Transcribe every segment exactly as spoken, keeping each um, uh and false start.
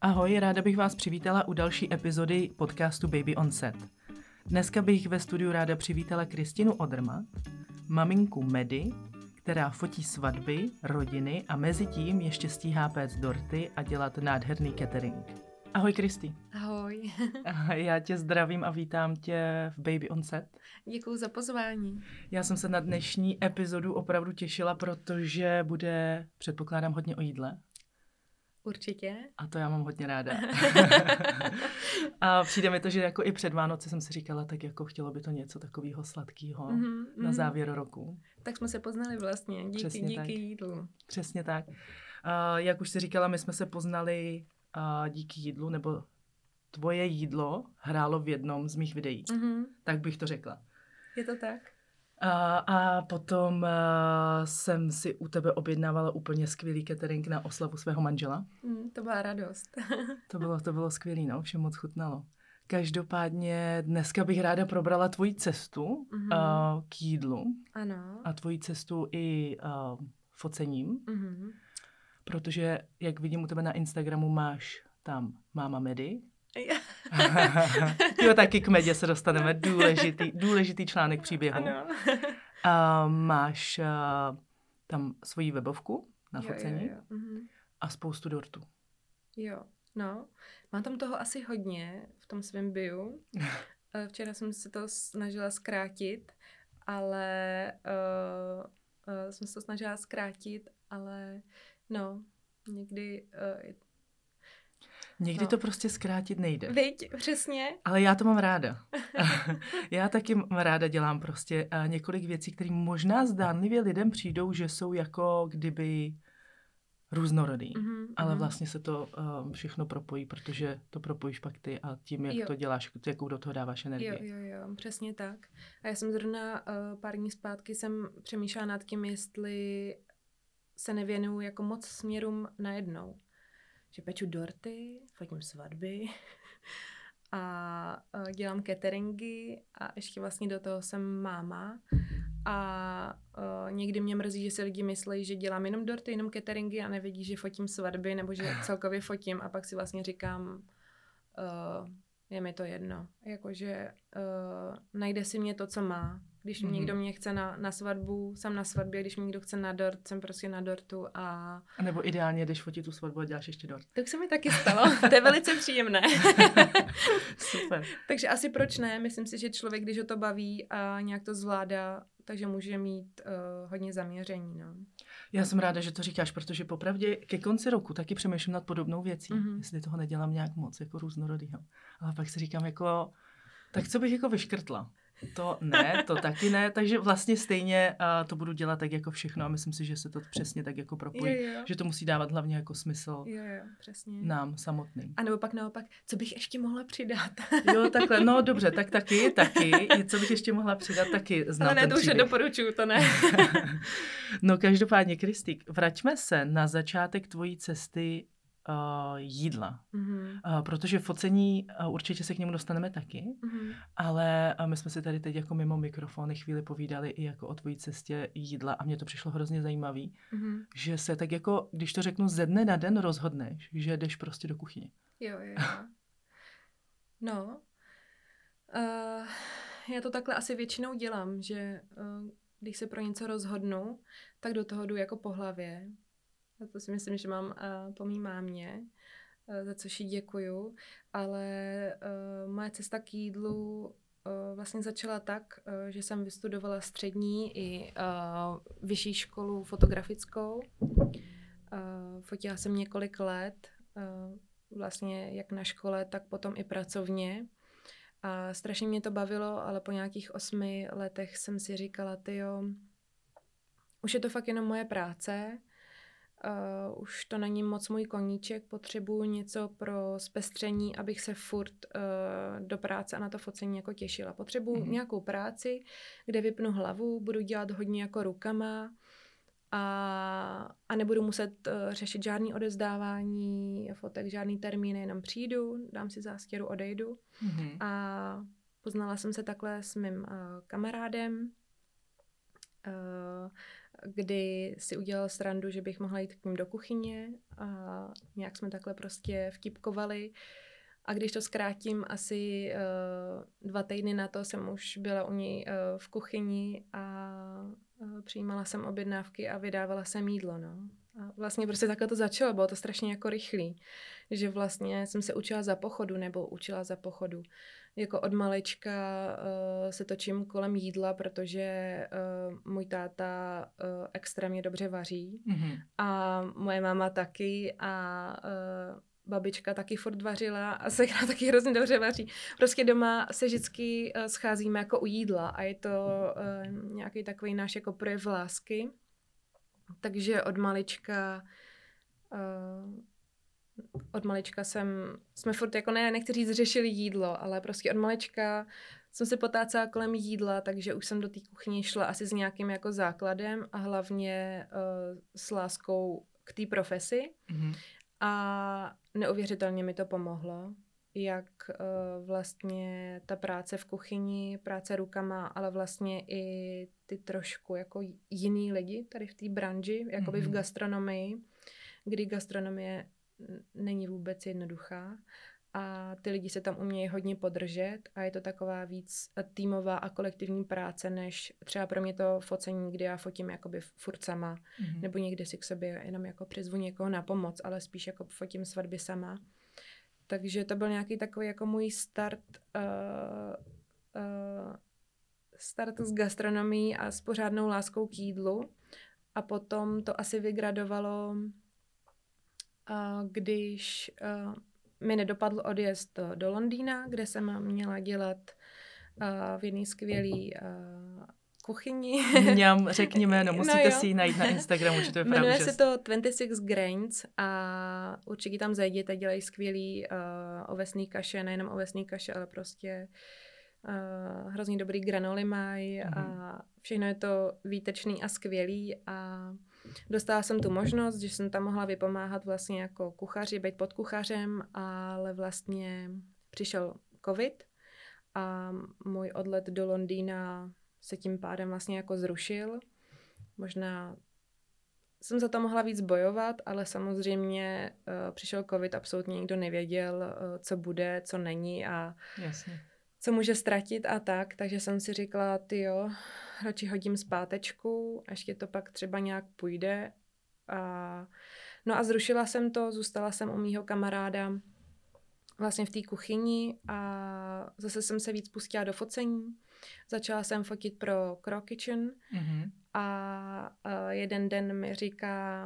Ahoj, ráda bych vás přivítala u další epizody podcastu Baby on Set. Dneska bych ve studiu ráda přivítala Kristinu Odermatt, maminku Medy, která fotí svatby, rodiny a mezi tím ještě stíhá péct dorty a dělat nádherný catering. Ahoj Kristi. Ahoj. Já tě zdravím a vítám tě v Baby on Set. Děkuju za pozvání. Já jsem se na dnešní epizodu opravdu těšila, protože bude, předpokládám, hodně o jídle. Určitě. A to já mám hodně ráda. A přijde mi to, že jako i před Vánoci jsem si říkala, tak jako chtělo by to něco takového sladkého mm-hmm, na závěr roku. Tak jsme se poznali vlastně, díky, Přesně díky tak. jídlu. Přesně tak. Uh, jak už jsi říkala, my jsme se poznali uh, díky jídlu, nebo tvoje jídlo hrálo v jednom z mých videí. Mm-hmm. Tak bych to řekla. Je to tak? Uh, a potom uh, jsem si u tebe objednávala úplně skvělý catering na oslavu svého manžela. Mm, to byla radost. to bylo, to bylo skvělý, no, všem moc chutnalo. Každopádně dneska bych ráda probrala tvoji cestu mm-hmm. uh, k jídlu. Ano. A tvoji cestu i uh, focením. Mm-hmm. Protože, jak vidím u tebe na Instagramu, máš tam máma Medy. Jo, taky k Medě se dostaneme. Důležitý, důležitý článek příběhu. Ano. A máš uh, tam svoji webovku na jo, focení jo, jo. Mm-hmm. a spoustu dortů. Jo, no. Mám tam toho asi hodně v tom svém bio. Včera jsem se to snažila zkrátit, ale uh, uh, jsem se to snažila zkrátit, ale no, někdy... Uh, Někdy no. to prostě zkrátit nejde. Viď, přesně. Ale já to mám ráda. Já taky ráda dělám prostě několik věcí, které možná zdánlivě lidem přijdou, že jsou jako kdyby různorodý. Mm-hmm, ale vlastně se to um, všechno propojí, protože to propojíš pak ty a tím, jak jo. to děláš, jakou do toho dáváš energii. Jo, jo, jo, přesně tak. A já jsem zrovna uh, pár dní zpátky jsem přemýšlela nad tím, jestli se nevěnuju jako moc směrům najednou. Že peču dorty, fotím svatby a uh, dělám cateringy a ještě vlastně do toho jsem máma. A uh, někdy mě mrzí, že si lidi myslí, že dělám jenom dorty, jenom cateringy a nevědí, že fotím svatby nebo že celkově fotím a pak si vlastně říkám, uh, je mi to jedno. Jakože uh, najde si mě to, co má. Když mm-hmm. někdo mě chce na, na svatbu, jsem na svatbě, když mě někdo chce na dort, jsem prostě na dortu a... A nebo ideálně, když fotit tu svatbu a děláš ještě dort. Tak se mi taky stalo. To je velice příjemné. Super. Takže asi proč ne? Myslím si, že člověk, když ho to baví a nějak to zvládá, takže může mít uh, hodně zaměření, no. Já jsem ráda, že to říkáš, protože popravdě ke konci roku taky přemýšlím nad podobnou věcí, mm-hmm. jestli toho nedělám nějak moc, jako různorodýho. Ale pak si říkám jako, tak co bych jako vyškrtla? To ne, to taky ne, takže vlastně stejně uh, to budu dělat tak jako všechno a myslím si, že se to přesně tak jako propojí, jo, jo. že to musí dávat hlavně jako smysl jo, jo, přesně. nám samotným. A nebo pak naopak, co bych ještě mohla přidat? Jo, takhle, no dobře, tak taky, taky, co bych ještě mohla přidat, taky znám Ale ne, ten to už příběh. Doporučuju, to ne. No každopádně, Kristi, vraťme se na začátek tvojí cesty Uh, jídla. Mm-hmm. Uh, protože focení uh, určitě se k němu dostaneme taky, mm-hmm. ale uh, my jsme si tady teď jako mimo mikrofony chvíli povídali i jako o tvojí cestě jídla a mně to přišlo hrozně zajímavý, mm-hmm. že se tak jako, když to řeknu ze dne na den rozhodneš, že jdeš prostě do kuchyně. Jo, jo, jo. No, uh, já to takhle asi většinou dělám, že uh, když se pro něco rozhodnu, tak do toho jdu jako po hlavě. A to si myslím, že mám uh, po mý mámě, uh, za což jí děkuju, ale uh, moje cesta k jídlu uh, vlastně začala tak, uh, že jsem vystudovala střední i uh, vyšší školu fotografickou. Uh, fotila jsem několik let, uh, vlastně jak na škole, tak potom i pracovně. A strašně mě to bavilo, ale po nějakých osmi letech jsem si říkala, tyjo, už je to fakt jenom moje práce, Uh, už to není moc můj koníček, potřebuju něco pro zpestření, abych se furt uh, do práce a na to focení jako těšila. Potřebuju mm-hmm. nějakou práci, kde vypnu hlavu, budu dělat hodně jako rukama a, a nebudu muset uh, řešit žádný odevzdávání fotek, žádný termíny, jenom přijdu, dám si zástěru, odejdu. Mm-hmm. A poznala jsem se takhle s mým uh, kamarádem. Uh, kdy si udělal srandu, že bych mohla jít k ním do kuchyně a nějak jsme takhle prostě vtipkovali. A když to zkrátím, asi uh, dva týdny na to jsem už byla u něj uh, v kuchyni a uh, přijímala jsem objednávky a vydávala jsem jídlo, no. A vlastně prostě takhle to začalo, bylo to strašně jako rychlý, že vlastně jsem se učila za pochodu, nebo učila za pochodu. Jako od malečka uh, se točím kolem jídla, protože uh, můj táta uh, extrémně dobře vaří mm-hmm. a moje máma taky a uh, babička taky furt vařila a segra taky hrozně dobře vaří. Prostě doma se vždycky uh, scházíme jako u jídla a je to uh, nějaký takový náš jako projev lásky. Takže od malička uh, od malička jsem, jsme furt jako ne, nechci říct řešili jídlo, ale prostě od malička jsem se potácela kolem jídla, takže už jsem do té kuchyně šla asi s nějakým jako základem a hlavně uh, s láskou k té profesi. Mm-hmm. A neuvěřitelně mi to pomohlo, jak uh, vlastně ta práce v kuchyni, práce rukama, ale vlastně i ty trošku jako jiný lidi tady v té branži, jakoby mm-hmm. v gastronomii, kdy gastronomie není vůbec jednoduchá a ty lidi se tam umějí hodně podržet a je to taková víc týmová a kolektivní práce, než třeba pro mě to focení, kdy já fotím jakoby furt sama, mm-hmm. nebo někde si k sobě jenom jako přizvu někoho na pomoc, ale spíš jako fotím svatby sama. Takže to byl nějaký takový jako můj start uh, uh, start s gastronomií a s pořádnou láskou k jídlu a potom to asi vygradovalo, uh, když uh, mi nedopadl odjezd do, do Londýna, kde jsem měla dělat uh, v jedné skvělý uh, kuchyni. Mňam, řekni jméno, musíte no si ji najít na Instagramu, či to je Jmenuje se to dvacet šest Grains a určitě tam zajděte, dělají skvělý uh, ovesný kaše, nejenom ovesný kaše, ale prostě uh, hrozně dobrý granoly mají mm-hmm. a všechno je to výtečný a skvělý a dostala jsem tu možnost, že jsem tam mohla vypomáhat vlastně jako kuchaři, být pod kuchařem, ale vlastně přišel covid a můj odlet do Londýna se tím pádem vlastně jako zrušil. Možná jsem za to mohla víc bojovat, ale samozřejmě uh, přišel covid, absolutně nikdo nevěděl, uh, co bude, co není a Jasně. co může ztratit a tak, takže jsem si říkala, tyjo, radši hodím zpátečku, ještě to pak třeba nějak půjde. A... No a zrušila jsem to, zůstala jsem u mýho kamaráda vlastně v té kuchyni a zase jsem se víc pustila do focení. Začala jsem fotit pro Crow Kitchen mm-hmm. a uh, jeden den mi říká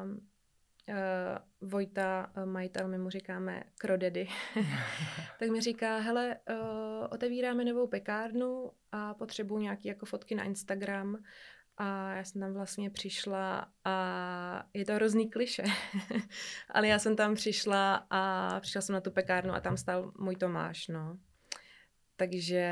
uh, Vojta, uh, majitel, my mu říkáme Crow Daddy, tak mi říká, hele, uh, otevíráme novou pekárnu a potřebuji nějaké jako fotky na Instagram. A já jsem tam vlastně přišla a je to hrozný kliše, ale já jsem tam přišla a přišla jsem na tu pekárnu a tam stál můj Tomáš, no. Takže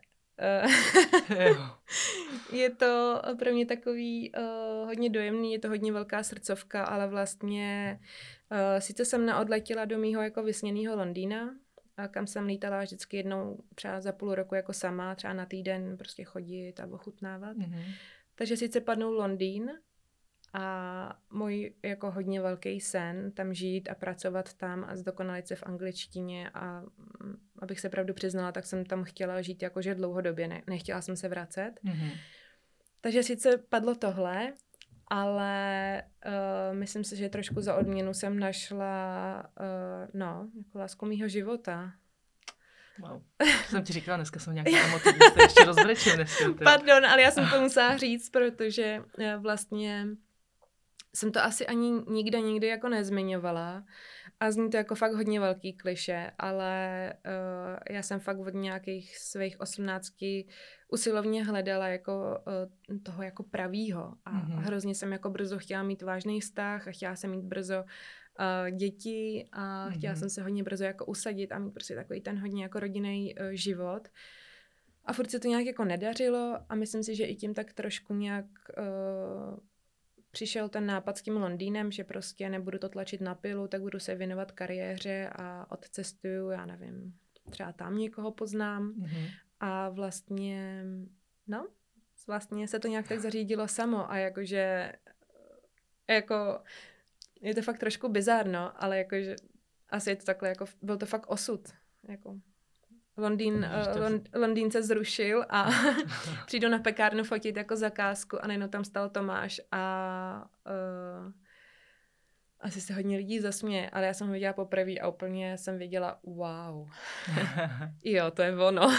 je to pro mě takový uh, hodně dojemný, je to hodně velká srdcovka, ale vlastně uh, sice jsem neodletěla do mýho jako vysněného Londýna, a kam jsem lítala vždycky jednou třeba za půl roku jako sama, třeba na týden prostě chodit a ochutnávat. Mm-hmm. Takže sice padnul Londýn a můj jako hodně velký sen tam žít a pracovat tam a zdokonalit se v angličtině a abych se pravdu přiznala, tak jsem tam chtěla žít jakože dlouhodobě, ne, nechtěla jsem se vracet. Mm-hmm. Takže sice padlo tohle, ale uh, myslím si, že trošku za odměnu jsem našla uh, no, jako lásku mýho života. Wow. Jsem ti říkala, dneska jsem nějaký emotivní, jste ještě rozbrečil dneska. Pardon, ale já jsem to musela říct, protože vlastně jsem to asi ani nikde nikdy jako nezmiňovala a zní to jako fakt hodně velký kliše, ale uh, já jsem fakt od nějakých svých osmnácti usilovně hledala jako uh, toho jako pravýho a mm-hmm. hrozně jsem jako brzo chtěla mít vážný vztah a chtěla jsem mít brzo Uh, děti a mm-hmm. chtěla jsem se hodně brzo jako usadit a mít prostě takový ten hodně jako rodinný uh, život. A furt se to nějak jako nedařilo a myslím si, že i tím tak trošku nějak uh, přišel ten nápad s tím Londýnem, že prostě nebudu to tlačit na pilu, tak budu se věnovat kariéře a odcestuju, já nevím, třeba tam někoho poznám mm-hmm. a vlastně, no, vlastně se to nějak tak zařídilo samo a jakože jako je to fakt trošku bizárno, ale jakože asi je to takhle, jako byl to fakt osud, jako Londýn, uh, Lond, Londýn se zrušil a přijdu na pekárnu fotit jako zakázku a najednou tam stal Tomáš a uh, asi se hodně lidí zasměje, ale já jsem ho viděla poprvé a úplně jsem věděla, wow, jo, to je ono.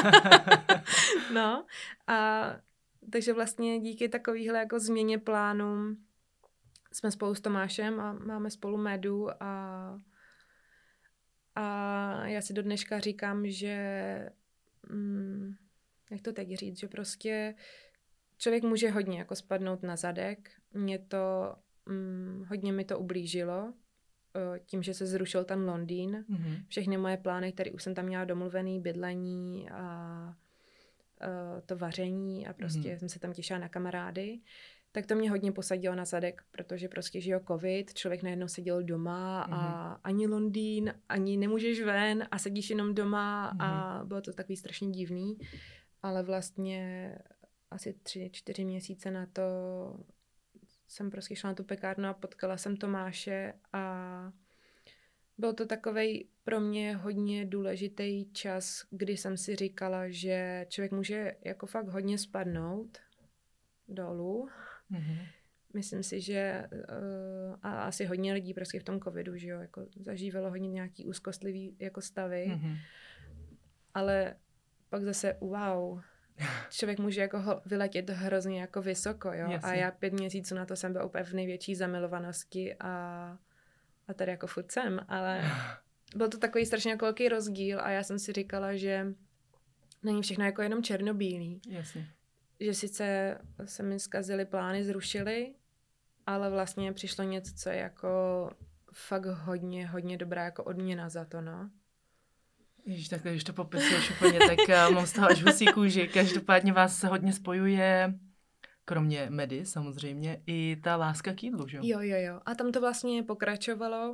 No a takže vlastně díky takovýhle jako změně plánu jsme spolu s Tomášem a máme spolu Medu a A já si do dneška říkám, že, hm, jak to teď říct, že prostě člověk může hodně jako spadnout na zadek. Mě to, hm, hodně mi to ublížilo, tím, že se zrušil ten Londýn. Mm-hmm. Všechny moje plány, které už jsem tam měla domluvený, bydlení a to vaření a prostě mm-hmm. jsem se tam těšila na kamarády, tak to mě hodně posadilo na zadek, protože prostě žil covid, člověk najednou seděl doma mm-hmm. a ani Londýn, ani nemůžeš ven a sedíš jenom doma mm-hmm. a bylo to takový strašně divný, ale vlastně asi tři, čtyři měsíce na to jsem prostě šla na tu pekárnu a potkala jsem Tomáše a byl to takovej pro mě hodně důležitý čas, kdy jsem si říkala, že člověk může jako fakt hodně spadnout dolů. Mm-hmm. Myslím si, že uh, a asi hodně lidí prostě v tom covidu, že jo, jako zažívalo hodně nějaký úzkostlivý jako stavy, mm-hmm. ale pak zase wow, člověk může jako ho, vyletět hrozně jako vysoko, jo, Jasně. a já pět měsíců na to jsem byla úplně v největší zamilovanosti a, a tady jako furt jsem, ale byl to takový strašně jako velký rozdíl a já jsem si říkala, že není všechno jako jenom černobílý. Jasně. Že sice se mi zkazily plány, zrušily, ale vlastně přišlo něco, co je jako fakt hodně, hodně dobrá jako odměna za to, no. Ježiš, tak když to popisuješ úplně, tak mám z toho až husí kůži. Každopádně vás hodně spojuje, kromě Medy samozřejmě, i ta láska k jídlu, že jo? Jo, jo, jo. A tam to vlastně pokračovalo.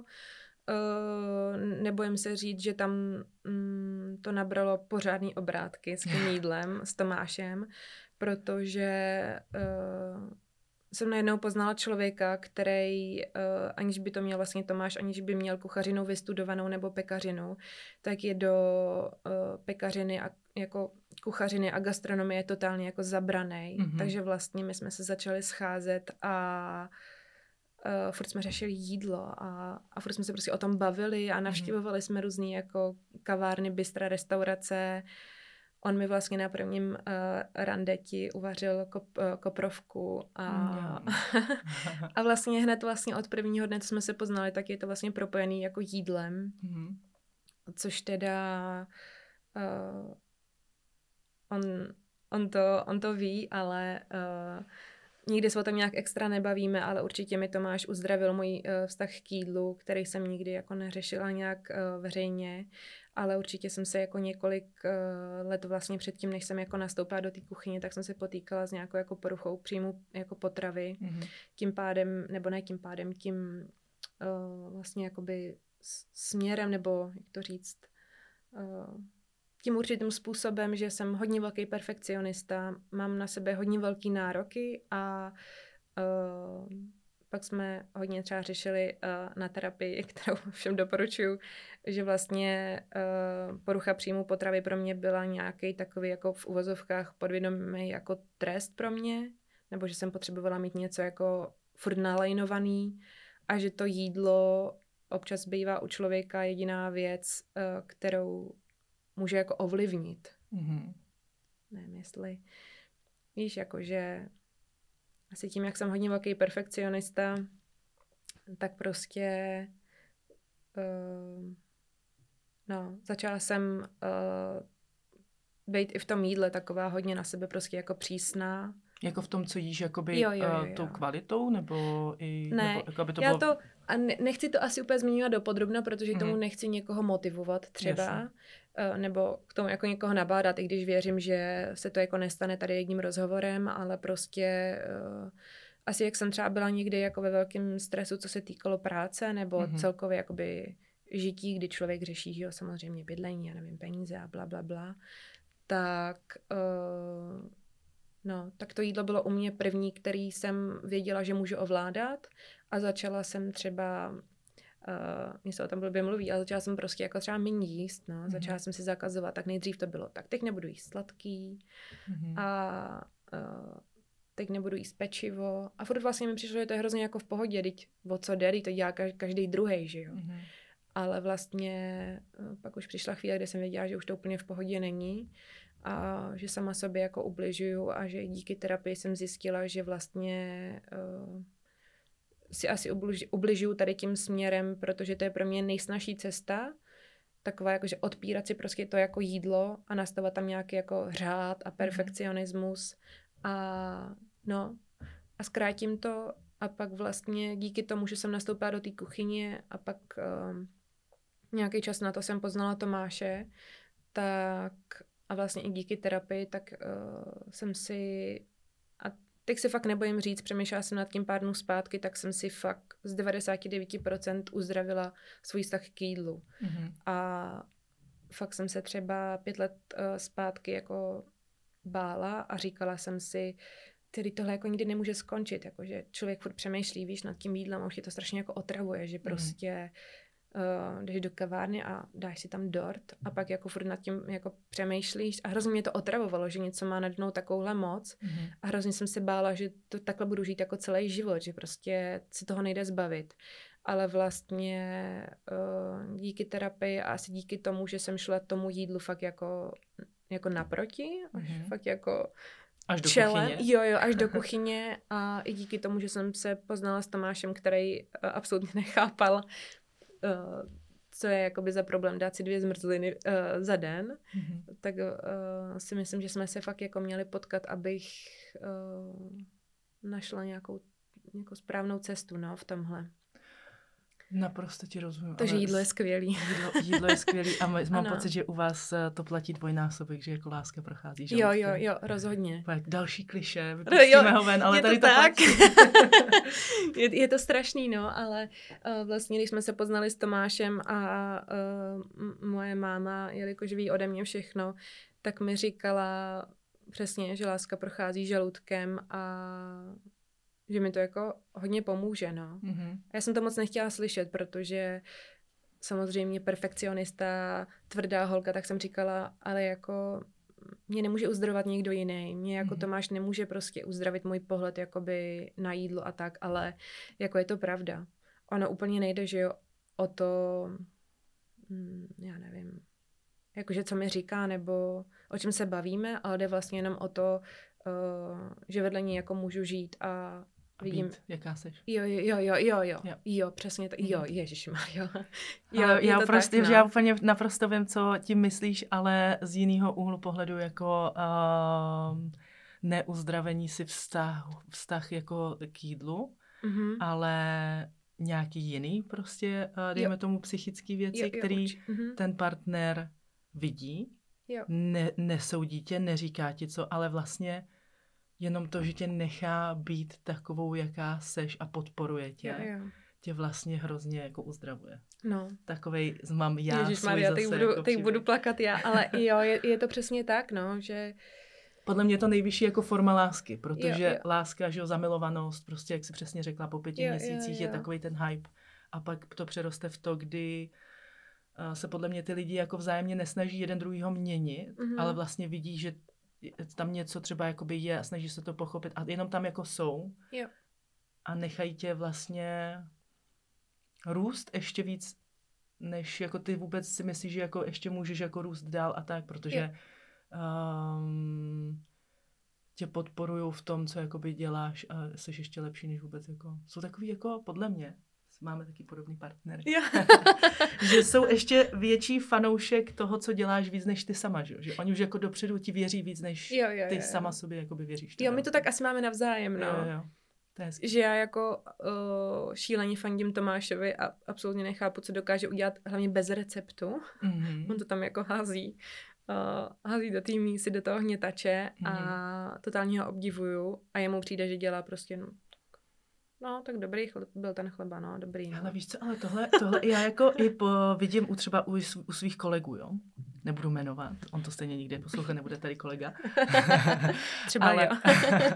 Uh, nebojím se říct, že tam um, to nabralo pořádný obrátky s tím jídlem, s Tomášem, protože uh, jsem najednou poznala člověka, který, uh, aniž by to měl vlastně Tomáš, aniž by měl kuchařinu vystudovanou nebo pekařinu, tak je do uh, pekařiny a jako kuchařiny a gastronomie totálně jako zabranej. Mm-hmm. Takže vlastně my jsme se začali scházet a uh, furt jsme řešili jídlo a, a furt jsme se prostě o tom bavili a navštívovali mm-hmm. jsme různý jako kavárny, bystra, restaurace. On mi vlastně na prvním uh, randeti uvařil kop, uh, koprovku a, mm. a vlastně hned vlastně od prvního dne, co jsme se poznali, tak je to vlastně propojený jako jídlem, mm. což teda uh, on, on, to, on to ví, ale uh, nikdy se o tom nějak extra nebavíme, ale určitě mi Tomáš uzdravil můj uh, vztah k jídlu, který jsem nikdy jako neřešila nějak uh, veřejně, ale určitě jsem se jako několik uh, let vlastně předtím, než jsem jako nastoupila do té kuchyně, tak jsem se potýkala s nějakou jako poruchou příjmu jako potravy. Mm-hmm. Tím pádem, nebo ne tím pádem, tím uh, vlastně jakoby směrem, nebo jak to říct, uh, tím určitým způsobem, že jsem hodně velký perfekcionista, mám na sebe hodně velký nároky a uh, pak jsme hodně třeba řešili uh, na terapii, kterou všem doporučuji, že vlastně uh, porucha příjmu potravy pro mě byla nějaký takový jako v uvozovkách podvědomý jako trest pro mě, nebo že jsem potřebovala mít něco jako furt nalajnovaný a že to jídlo občas bývá u člověka jediná věc, uh, kterou může jako ovlivnit. Mm-hmm. Nevím, jestli víš, jakože asi tím, jak jsem hodně velký perfekcionista, tak prostě uh, no, začala jsem uh, být i v tom jídle taková hodně na sebe prostě jako přísná. Jako v tom, co jíš, jakoby jo, jo, jo, jo. tou kvalitou, nebo i... Ne, nebo, jako aby to já bylo... to, a ne, nechci to asi úplně zmiňovat dopodrobno, protože mm. tomu nechci někoho motivovat třeba, uh, nebo k tomu jako někoho nabádat, i když věřím, že se to jako nestane tady jedním rozhovorem, ale prostě uh, asi jak jsem třeba byla někdy jako ve velkém stresu, co se týkalo práce, nebo mm. celkově jakoby žití, kdy člověk řeší, že jo, samozřejmě bydlení, já nevím, peníze a bla, bla, bla, tak... Uh, No, tak to jídlo bylo u mě první, který jsem věděla, že můžu ovládat a začala jsem třeba, uh, mě se o tom blbě mluví, ale začala jsem prostě jako třeba méně jíst, no, mm-hmm. začala jsem si zakazovat, tak nejdřív to bylo, tak teď nebudu jíst sladký mm-hmm. a uh, teď nebudu jíst pečivo a furt vlastně mi přišlo, že to je hrozně jako v pohodě, teď o co jde, to dělá každý druhej, že jo. Mm-hmm. Ale vlastně uh, pak už přišla chvíle, kdy jsem věděla, že už to úplně v pohodě není, a že sama sobě jako ubližuju a že díky terapii jsem zjistila, že vlastně uh, si asi ubliž, ubližuju tady tím směrem, protože to je pro mě nejsnažší cesta, taková jako, že odpírat si prostě to jako jídlo a nastavovat tam nějaký jako řád a perfekcionismus a no a zkrátím to a pak vlastně díky tomu, že jsem nastoupila do té kuchyně a pak um, nějaký čas na to jsem poznala Tomáše, tak a vlastně i díky terapii, tak uh, jsem si, a teď si fakt nebojím říct, přemýšlela jsem nad tím pár dnů zpátky, tak jsem si fakt z devadesát devět procent uzdravila svůj vztah k jídlu. Mm-hmm. A fakt jsem se třeba pět let uh, zpátky jako bála a říkala jsem si, tedy tohle jako nikdy nemůže skončit, jakože člověk furt přemýšlí, víš, nad tím jídlem a už je to strašně jako otravuje, že prostě uh, jdeš do kavárny a dáš si tam dort a pak jako furt nad tím jako přemýšlíš a hrozně mě to otravovalo, že něco má nade mnou takovouhle moc mm-hmm. a hrozně jsem se bála, že to takhle budu žít jako celý život, že prostě se toho nejde zbavit. Ale vlastně uh, díky terapii a asi díky tomu, že jsem šla tomu jídlu fakt jako, jako naproti, až mm-hmm. fakt jako až do čelem, kuchyně. Jo, jo, až do kuchyně a i díky tomu, že jsem se poznala s Tomášem, který uh, absolutně nechápal, uh, co je jakoby za problém dát si dvě zmrzliny uh, za den, mm-hmm. tak uh, si myslím, že jsme se fakt jako měli potkat, abych uh, našla nějakou, nějakou správnou cestu, no, v tomhle. Naprosto ti rozumím. Takže jídlo je skvělý. Jídlo, jídlo je skvělý a mám ano. pocit, že u vás to platí dvojnásobek, že jako láska prochází žaludkem. Jo, jo, jo, rozhodně. Další klišé, vypustíme ho ven, ale tady to, to tak. je, je to strašný, no, ale uh, vlastně, když jsme se poznali s Tomášem a uh, m- moje máma, jelikož ví ode mě všechno, tak mi říkala přesně, že láska prochází žaludkem a že mi to jako hodně pomůže, no. Mm-hmm. Já jsem to moc nechtěla slyšet, protože samozřejmě perfekcionista, tvrdá holka, tak jsem říkala, ale jako mě nemůže uzdravovat někdo jiný. Mě jako mm-hmm. Tomáš nemůže prostě uzdravit můj pohled jakoby na jídlo a tak, ale jako je to pravda. Ono úplně nejde, že jo, o to, hm, já nevím, jakože co mi říká, nebo o čem se bavíme, ale jde vlastně jenom o to, uh, že vedle ní jako můžu žít a A vidím, být, jaká seš. Jo, jo, jo, jo, jo, jo, jo, přesně tak, jo, ježišmarjo. Jo, já prostě, tak, no. já úplně naprosto vím, co tím myslíš, ale z jiného úhlu pohledu jako uh, neuzdravení si vztah, vztah jako k jídlu, mm-hmm. ale nějaký jiný prostě, uh, dejme jo. tomu psychický věci, jo, jo, který mm-hmm. ten partner vidí, jo. Ne, nesoudí tě, neříká ti co, ale vlastně jenom to, že tě nechá být takovou, jaká seš a podporuje tě, jo, jo. tě vlastně hrozně jako uzdravuje. No. Takovej mám já Ježiš svůj Maria, zase. Teď budu, jako teď budu plakat já, ale jo, je, je to přesně tak, no, že... Podle mě je to nejvyšší jako forma lásky, protože jo, jo. láska, že jo, zamilovanost, prostě jak jsi přesně řekla, po pěti jo, měsících jo, jo. je takovej ten hype a pak to přeroste v to, kdy uh, se podle mě ty lidi jako vzájemně nesnaží jeden druhýho měnit, mm-hmm. ale vlastně vidí, že tam něco třeba jakoby je a snaží se to pochopit a jenom tam jako jsou jo. a nechají tě vlastně růst ještě víc, než jako ty vůbec si myslíš, že jako ještě můžeš jako růst dál a tak, protože um, tě podporujou v tom, co jakoby děláš a jsi ještě lepší, než vůbec jako, jsou takový jako podle mě, máme taky podobný partnery. Že jsou ještě větší fanoušek toho, co děláš víc než ty sama, že, že oni už jako dopředu ti věří víc, než jo, jo, ty jo. sama sobě jakoby věříš. Jo, my to tak asi máme navzájem, no. Jo, jo. To je že já jako uh, šíleně fandím Tomášovi a absolutně nechápu, co dokáže udělat hlavně bez receptu. Mm-hmm. On to tam jako hází. Uh, hází do té mísy, do toho hnětače mm-hmm. a totálně ho obdivuju a jemu přijde, že dělá prostě no, No, tak dobrý chleb, byl ten chleba, no, dobrý. No. Ale víš co, ale tohle, tohle já jako i po, vidím u třeba u, u svých kolegů, jo. nebudu jmenovat, on to stejně nikdy poslouchat nebude, tady kolega. Třeba ale, jo.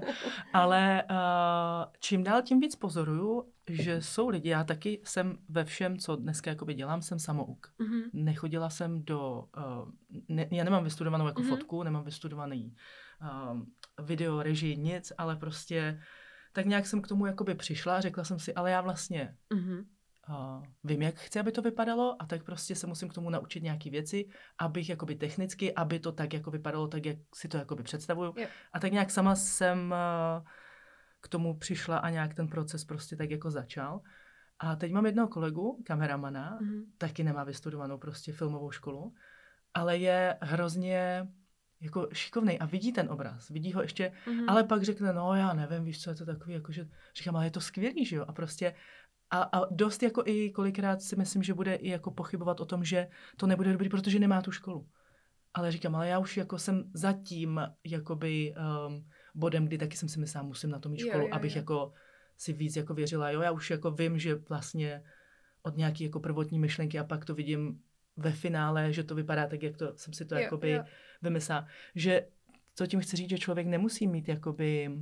ale uh, čím dál tím víc pozoruju, že jsou lidi, já taky jsem ve všem, co dneska jakoby dělám, jsem samouk. Mm-hmm. Nechodila jsem do, uh, ne, já nemám vystudovanou jako mm-hmm. fotku, nemám vystudovaný um, video, režii, nic, ale prostě tak nějak jsem k tomu jakoby přišla a řekla jsem si, ale já vlastně mm-hmm. uh, vím, jak chci, aby to vypadalo a tak prostě se musím k tomu naučit nějaký věci, abych jakoby technicky, aby to tak jako vypadalo, tak jak si to jakoby představuju. Yep. A tak nějak sama jsem uh, k tomu přišla a nějak ten proces prostě tak jako začal. A teď mám jednoho kolegu, kameramana, mm-hmm. taky nemá vystudovanou prostě filmovou školu, ale je hrozně jako šikovnej a vidí ten obraz, vidí ho ještě, mm-hmm. ale pak řekne, no já nevím, víš co, je to takový, jakože, říkám, ale je to skvělý, že jo, a prostě a, a dost jako i kolikrát si myslím, že bude i jako pochybovat o tom, že to nebude dobrý, protože nemá tu školu. Ale říkám, ale já už jako jsem zatím jakoby um, bodem, kdy taky jsem si myslela, musím na to mít školu, jo, jo, jo. abych jako si víc jako věřila, jo, já už jako vím, že vlastně od nějaký jako prvotní myšlenky a pak to vidím ve finále, že to vypadá tak, jak to jsem si to jo, jakoby jo. vymyslela. Že to tím chci říct, že člověk nemusí mít jakoby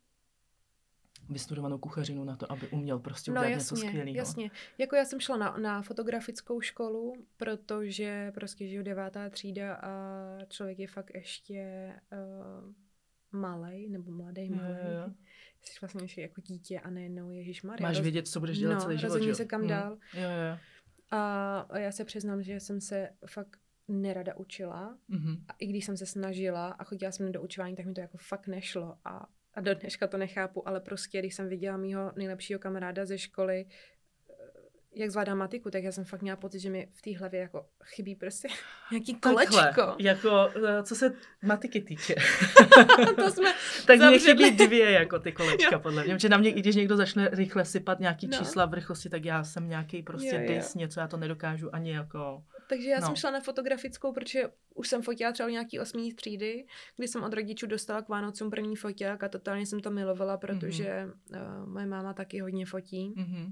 vystudovanou kuchařinu na to, aby uměl prostě udělat no, jasně, něco skvělého. Jasně, jako já jsem šla na, na fotografickou školu, protože prostě žiju devátá třída a člověk je fakt ještě uh, malej, nebo mladý, malej. Jo, jo. Jsi vlastně ještě jako dítě a nejednou ježišmarja. Máš vědět, co budeš dělat no, celý život, rozhodně se kam hmm. dál. Jo, jo. A já se přiznám, že jsem se fakt nerada učila. Mm-hmm. A i když jsem se snažila a chodila jsem do učování, tak mi to jako fakt nešlo. A, a do dneška to nechápu, ale prostě, když jsem viděla mýho nejlepšího kamaráda ze školy, jak zvládá matiku, tak já jsem fakt měla pocit, že mi v té hlavě jako chybí prostě nějaký kolečko. Takhle, jako co se matiky týče. To jsme tak mě chybí dvě jako ty kolečka, jo. podle mě. Protože na mě, když někdo začne rychle sypat nějaký no. čísla v rychlosti, tak já jsem nějaký prostě jo, dis, jo. něco, já to nedokážu ani jako... Takže já no. jsem šla na fotografickou, protože už jsem fotila třeba nějaký osmý třídy, kdy jsem od rodičů dostala k Vánocům první foťák a totálně jsem to milovala, protože mm-hmm. uh, moje máma taky hodně fotí. Mm-hmm.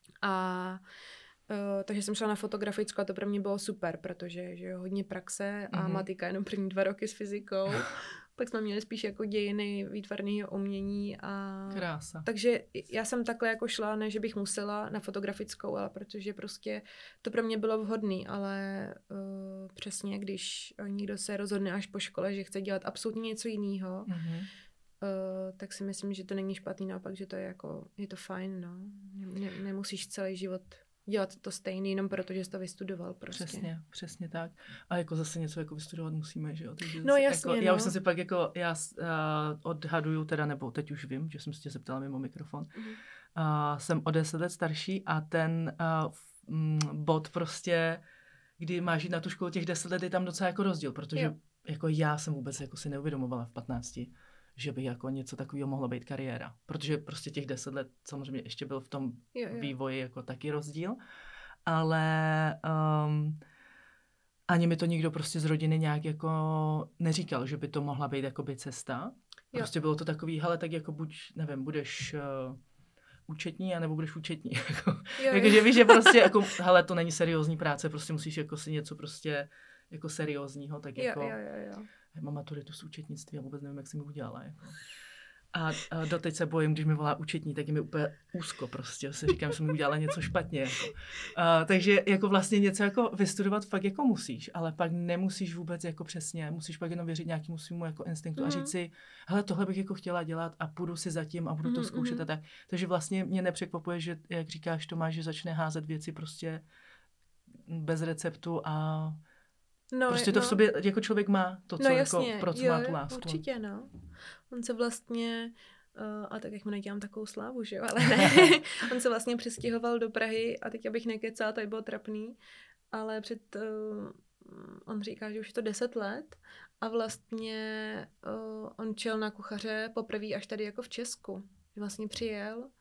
A uh, takže jsem šla na fotografickou a to pro mě bylo super, protože že jo, hodně praxe a mm-hmm. matika jenom první dva roky s fyzikou. Pak jsme měli spíš jako dějiny výtvarného umění a... Krása. Takže já jsem takhle jako šla, ne, že bych musela na fotografickou, ale protože prostě to pro mě bylo vhodný, ale uh, přesně, když někdo se rozhodne až po škole, že chce dělat absolutně něco jiného, mm-hmm. Uh, tak si myslím, že to není špatný, naopak, že to je jako, je to fajn, no. Ne, nemusíš celý život dělat to stejný, jenom proto, že jsi to vystudoval prostě. Přesně, přesně tak. A jako zase něco jako vystudovat musíme, že jo? Takže no jasně, jako, no. Já už jsem si pak jako, já uh, odhaduju teda, nebo teď už vím, že jsem se tě zeptala mimo mikrofon, mm. uh, jsem o deset let starší a ten uh, m, bod prostě, kdy máš jít na tu školu těch deset let, je tam docela jako rozdíl, protože jo. jako já jsem vůbec jako si neuvědomovala v patnácti, že by jako něco takového mohla být kariéra. Protože prostě těch deset let samozřejmě ještě byl v tom jo, jo. vývoji jako taky rozdíl. Ale um, ani mi to nikdo prostě z rodiny nějak jako neříkal, že by to mohla být jakoby cesta. Prostě jo. bylo to takový, hele, tak jako buď, nevím, budeš uh, účetní, anebo budeš účetní. Jakože víš, že prostě jako, hele, to není seriózní práce, prostě musíš jako si něco prostě jako seriózního, tak jako... Jo, jo, jo, jo. Já mám maturitu z účetnictví a vůbec nevím, jak jsem ji udělala. Jako. A, a doteď se bojím, když mi volá účetní, tak je mi úplně úzko prostě. Si říkám, že jsem udělala něco špatně. Jako. A, takže jako vlastně něco jako vystudovat fakt jako musíš, ale pak nemusíš vůbec jako přesně, musíš pak jenom věřit nějakému svému jako instinktu mm. a říct si, hele, tohle bych jako chtěla dělat a půjdu si zatím a budu to zkoušet mm. a tak. Takže vlastně mě nepřekvapuje, že, jak říkáš Tomáš, že začne házet věci prostě bez receptu a No, prostě to no. v sobě jako člověk má to, co no, jasně, jako, pro co jo, má tu lásku. Určitě, no. On se vlastně, uh, a tak jak mu nedělám takovou slávu, že jo, ale ne. On se vlastně přestěhoval do Prahy a teď abych nekecala, to by bylo trapný, ale před, uh, on říká, že už je to deset let a vlastně uh, on čel na kuchaře poprvé až tady jako v Česku. Vlastně přijel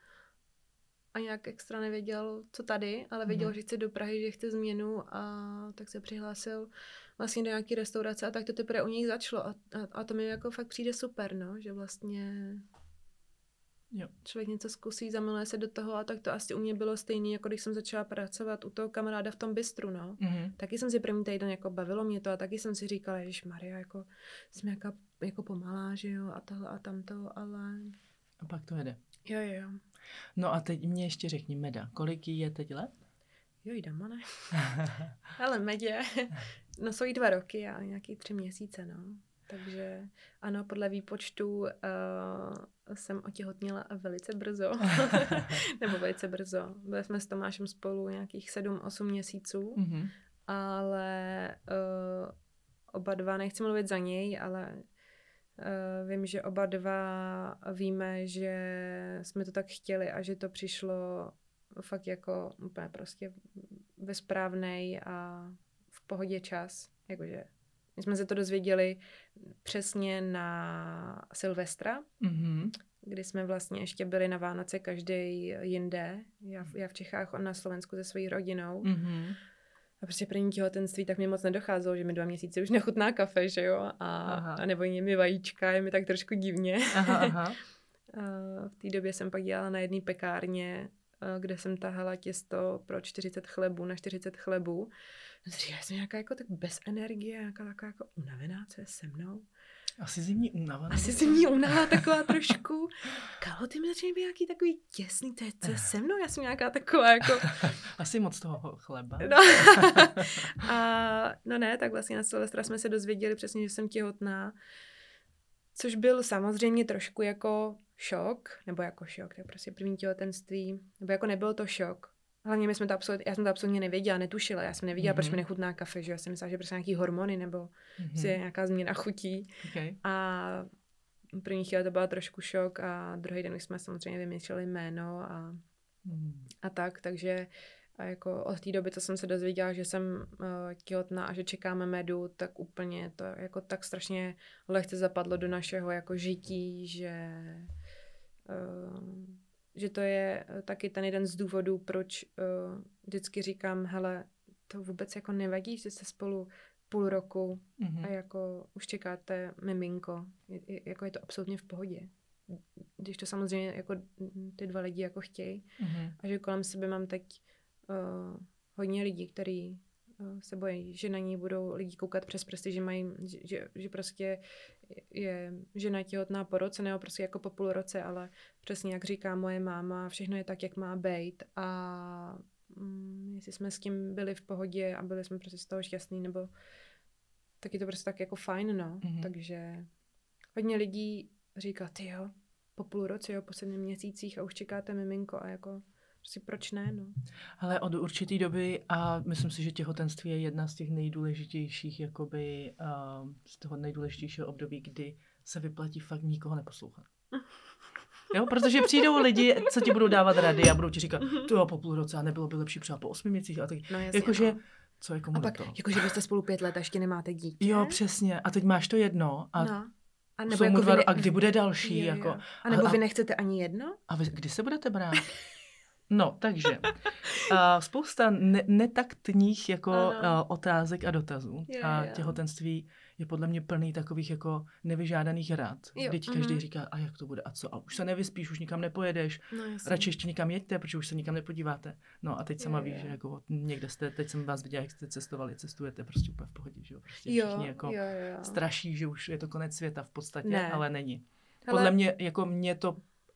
a nějak extra nevěděl, co tady, ale věděl, mm. že chce do Prahy, že chce změnu a tak se přihlásil vlastně do nějaké restaurace a tak to teprve u nich začalo a, a, a to mi jako fakt přijde super, no, že vlastně Jo. Člověk něco zkusí, zamiluje se do toho a tak to asi u mě bylo stejné, jako když jsem začala pracovat u toho kamaráda v tom bistru, no. Mm-hmm. Taky jsem si první týden jako bavilo mě to a taky jsem si říkala, ježišmarja, jako jsem jaká, jako pomalá, že jo, a tohle a tamto, ale... A pak to jede. Jo, jo, jo. No a teď mě ještě řekni, Meda, kolik jí je teď let? Jo, jdem, ne? Ale Medě, no jsou jí dva roky a nějaký tři měsíce, no. Takže ano, podle výpočtu uh, jsem otěhotněla velice brzo. Nebo velice brzo. Byli jsme s Tomášem spolu nějakých sedm osm měsíců, Mm-hmm. ale uh, oba dva, nechci mluvit za něj, ale uh, vím, že oba dva víme, že jsme to tak chtěli a že to přišlo fakt jako úplně prostě ve správnej a v pohodě čas. Jakože my jsme se to dozvěděli přesně na Silvestra, Mm-hmm. kdy jsme vlastně ještě byli na Vánoce každý jinde. Já, já v Čechách, on na Slovensku se svojí rodinou. Mm-hmm. A prostě první těhotenství tak mě moc nedocházelo, že mi dva měsíce už nechutná kafe, že jo? A, a nebo je mi vajíčka, je mi tak trošku divně. Aha, aha. A v té době jsem pak dělala na jedné pekárně, kde jsem tahala těsto pro čtyřicet chlebů na čtyřicet chlebů. Já jsem nějaká jako tak bez energie, nějaká taková jako unavená, co je se mnou. Asi zimní únava. Asi zimní únava taková trošku. Kalo, ty mi začínají být nějaký takový těsný, to je, co je se mnou? Já jsem nějaká taková jako... Asi moc toho chleba. No. A no ne, tak vlastně na Silvestra jsme se dozvěděli přesně, že jsem těhotná. Což byl samozřejmě trošku jako šok, nebo jako šok, to je prostě první těhotenství, nebo jako nebyl to šok. Hlavně my jsme to absolutně, já jsem to absolutně nevěděla, netušila, já jsem nevěděla, mm-hmm. proč mi nechutná kafe, že já jsem myslela, že prostě nějaký hormony, nebo mm-hmm. je nějaká změna chutí. Okay. A první chvíli to byla trošku šok a druhý den už jsme samozřejmě vymýšleli jméno a, mm. a tak, takže a jako od té doby, co jsem se dozvěděla, že jsem uh, těhotná a že čekáme Medu, tak úplně to jako tak strašně lehce zapadlo do našeho jako žití, že, uh, že to je taky ten jeden z důvodů, proč uh, vždycky říkám, hele, to vůbec jako nevadí, že jste spolu půl roku mm-hmm. a jako už čekáte miminko. Je, je, jako je to absolutně v pohodě. Když to samozřejmě jako ty dva lidi jako chtějí. Mm-hmm. A že kolem sebe mám teď Uh, hodně lidí, kteří uh, se bojí, že na ní budou lidi koukat přes prsty, že mají, že, že prostě je žena těhotná po roce, nebo prostě jako po půl roce, ale přesně jak říká moje máma, všechno je tak, jak má být a um, jestli jsme s tím byli v pohodě a byli jsme prostě z toho šťastný, nebo tak je to prostě tak jako fajn, no. Mm-hmm. Takže hodně lidí říká, ty jo, po půl roce, jo, po sedmi měsících a už čekáte miminko a jako prostě proč ne, no. Ale od určitý doby a myslím si, že těhotenství je jedna z těch nejdůležitějších, jakoby uh, z toho nejdůležitějšího období, kdy se vyplatí fakt nikoho neposlouchat. Jo, protože přijdou lidi, co ti budou dávat rady a budou ti říkat, to jo, po půl roce a nebylo by lepší třeba po osmi měsících a tak. No, jasně, jakože, no. Co je komu a pak, jakože vy jste spolu pět let a ještě nemáte dítě. Jo, přesně. A teď máš to jedno a no. A, nebo jako dva, ne... a kdy bude další? Jo, jo. Jako, a nebo a, vy nechcete ani jedno? A vy, kdy se budete brát? No, takže uh, spousta ne- netaktních jako uh, otázek a dotazů. Jo, a jo. těhotenství je podle mě plný takových jako nevyžádaných rad. Jo, Kdy ti každý mm-hmm. říká, a jak to bude, a co? A už se nevyspíš, už nikam nepojedeš. No, radši ještě nikam jeďte, protože už se nikam nepodíváte. No a teď sama víš, že jako někde jste, teď jsem vás viděla, jak jste cestovali, cestujete prostě úplně v pohodě, že jo? Prostě jo, všichni jako jo, jo. straší, že už je to konec světa v podstatě, ne. ale není. Ale... Podle mě, jako mě to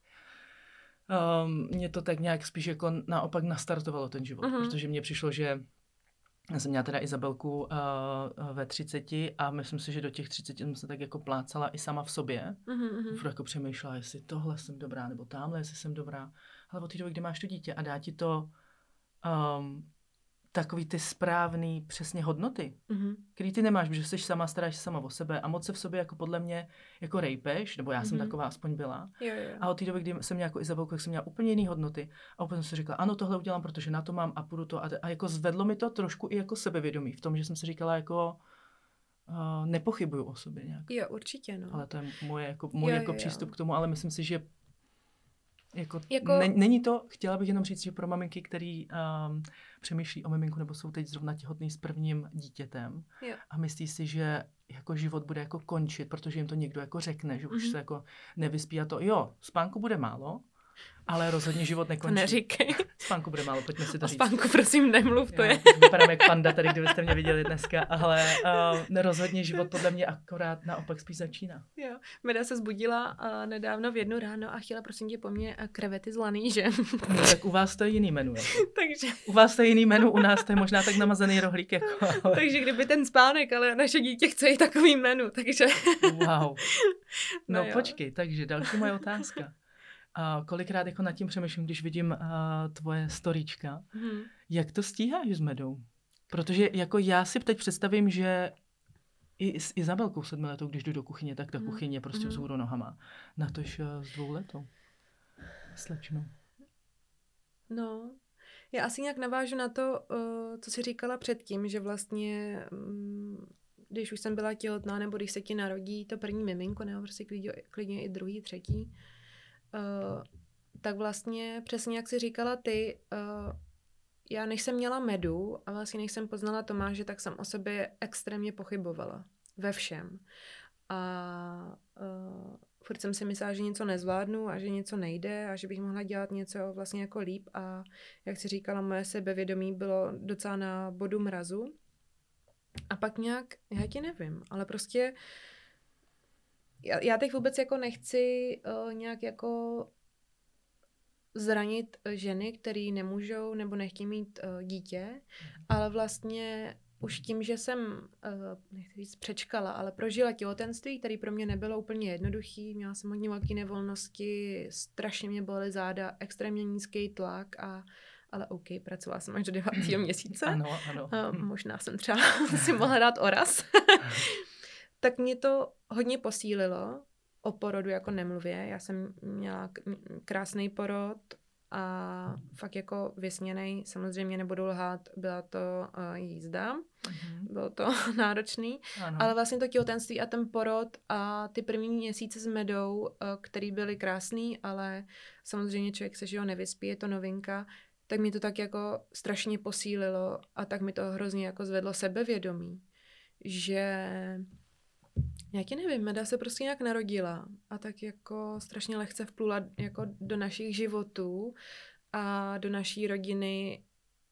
Um, mě to tak nějak spíš jako naopak nastartovalo ten život, uh-huh. protože mně přišlo, že já jsem měla teda Izabelku uh, ve třiceti a myslím si, že do těch třiceti jsem se tak jako plácala i sama v sobě. Uh-huh. Furt jako přemýšlela, jestli tohle jsem dobrá, nebo tamhle, jestli jsem dobrá. Ale od té doby, kdy máš to dítě a dá ti to um, takový ty správný přesně hodnoty, mm-hmm. který ty nemáš, protože jsi sama, staráš se sama o sebe a moc se v sobě jako podle mě jako rejpeš, nebo já mm-hmm. jsem taková aspoň byla. Jo, jo. A od té doby, kdy jsem měla jako Izabelku, tak jsem měla úplně jiný hodnoty a úplně jsem si říkala, ano, tohle udělám, protože na to mám a půjdu to a, a jako zvedlo mi to trošku i jako sebevědomí v tom, že jsem si říkala jako uh, nepochybuju o sobě nějak. Jo, určitě, no. Ale to je moje jako, můj jo, jako jo, přístup jo. k tomu, ale myslím si, že Jako, jako... Ne, není to, chtěla bych jenom říct, že pro maminky, který um, přemýšlí o miminku nebo jsou teď zrovna těhotný s prvním dítětem jo. a myslí si, že jako život bude jako končit, protože jim to někdo jako řekne, že už mm-hmm. se jako nevyspí a to, jo, spánku bude málo, ale rozhodně život nekončí. To neříkej. Spánku bude málo, pojďme si to o říct. spánku prosím nemluv, to Já, je. Vypadám jak panda tady, kdybyste mě viděli dneska, ale uh, rozhodně život podle mě akorát naopak spíš začíná. Jo, Meda se zbudila uh, nedávno v jednu ráno a chtěla prosím tě po mně uh, krevety z lanýže. No, tak u vás to je jiný menu. Jako. Takže... U vás to je jiný menu, u nás to je možná tak namazaný rohlík. Jako, ale... Takže kdyby ten spánek, ale naše dítě chce i takový menu, takže... Wow. No, no počkej, takže další moje otázka. Uh, kolikrát jako nad tím přemýšlím, když vidím uh, tvoje storíčka, hmm. jak to stíháš s Medou? Protože jako já si teď představím, že i s Izabelkou sedmiletou, když jdu do kuchyně, tak ta hmm. kuchyně je prostě vzhůru nohama. Natož uh, s dvouletou slečnou. No, já asi nějak navážu na to, uh, co jsi říkala předtím, že vlastně... Um, když už jsem byla těhotná, nebo když se ti narodí to první miminko, nebo prostě klidně, klidně i druhý, třetí, Uh, tak vlastně přesně jak jsi říkala ty, uh, já než jsem měla Medu a vlastně než jsem poznala Tomáše, tak jsem o sobě extrémně pochybovala. Ve všem. A uh, furt jsem si myslela, že něco nezvládnu a že něco nejde a že bych mohla dělat něco vlastně jako líp a jak jsi říkala, moje sebevědomí bylo docela na bodu mrazu. A pak nějak, já ti nevím, ale prostě Já, já teď vůbec jako nechci uh, nějak jako zranit ženy, které nemůžou nebo nechtějí mít uh, dítě, ale vlastně už tím, že jsem, uh, nechci říct přečkala, ale prožila těhotenství, které pro mě nebylo úplně jednoduchý, měla jsem hodně velké nevolnosti, strašně mě bolely záda, extrémně nízký tlak a ale OK, pracovala jsem až do devátého měsíce. Ano, ano. Uh, možná jsem třeba si mohla dát oraz. Tak mě to hodně posílilo. O porodu jako nemluvě. Já jsem měla krásný porod a fakt jako vysněnej. Samozřejmě nebudu lhát, byla to uh, jízda. Mm-hmm. Bylo to náročný. Ano. Ale vlastně to těhotenství a ten porod a ty první měsíce s Medou, uh, který byly krásný, ale samozřejmě člověk se, že ho nevyspí, je to novinka, tak mi to tak jako strašně posílilo a tak mi to hrozně jako zvedlo sebevědomí. Že... Já ti nevím, Meda se prostě nějak narodila a tak jako strašně lehce vplula jako do našich životů a do naší rodiny,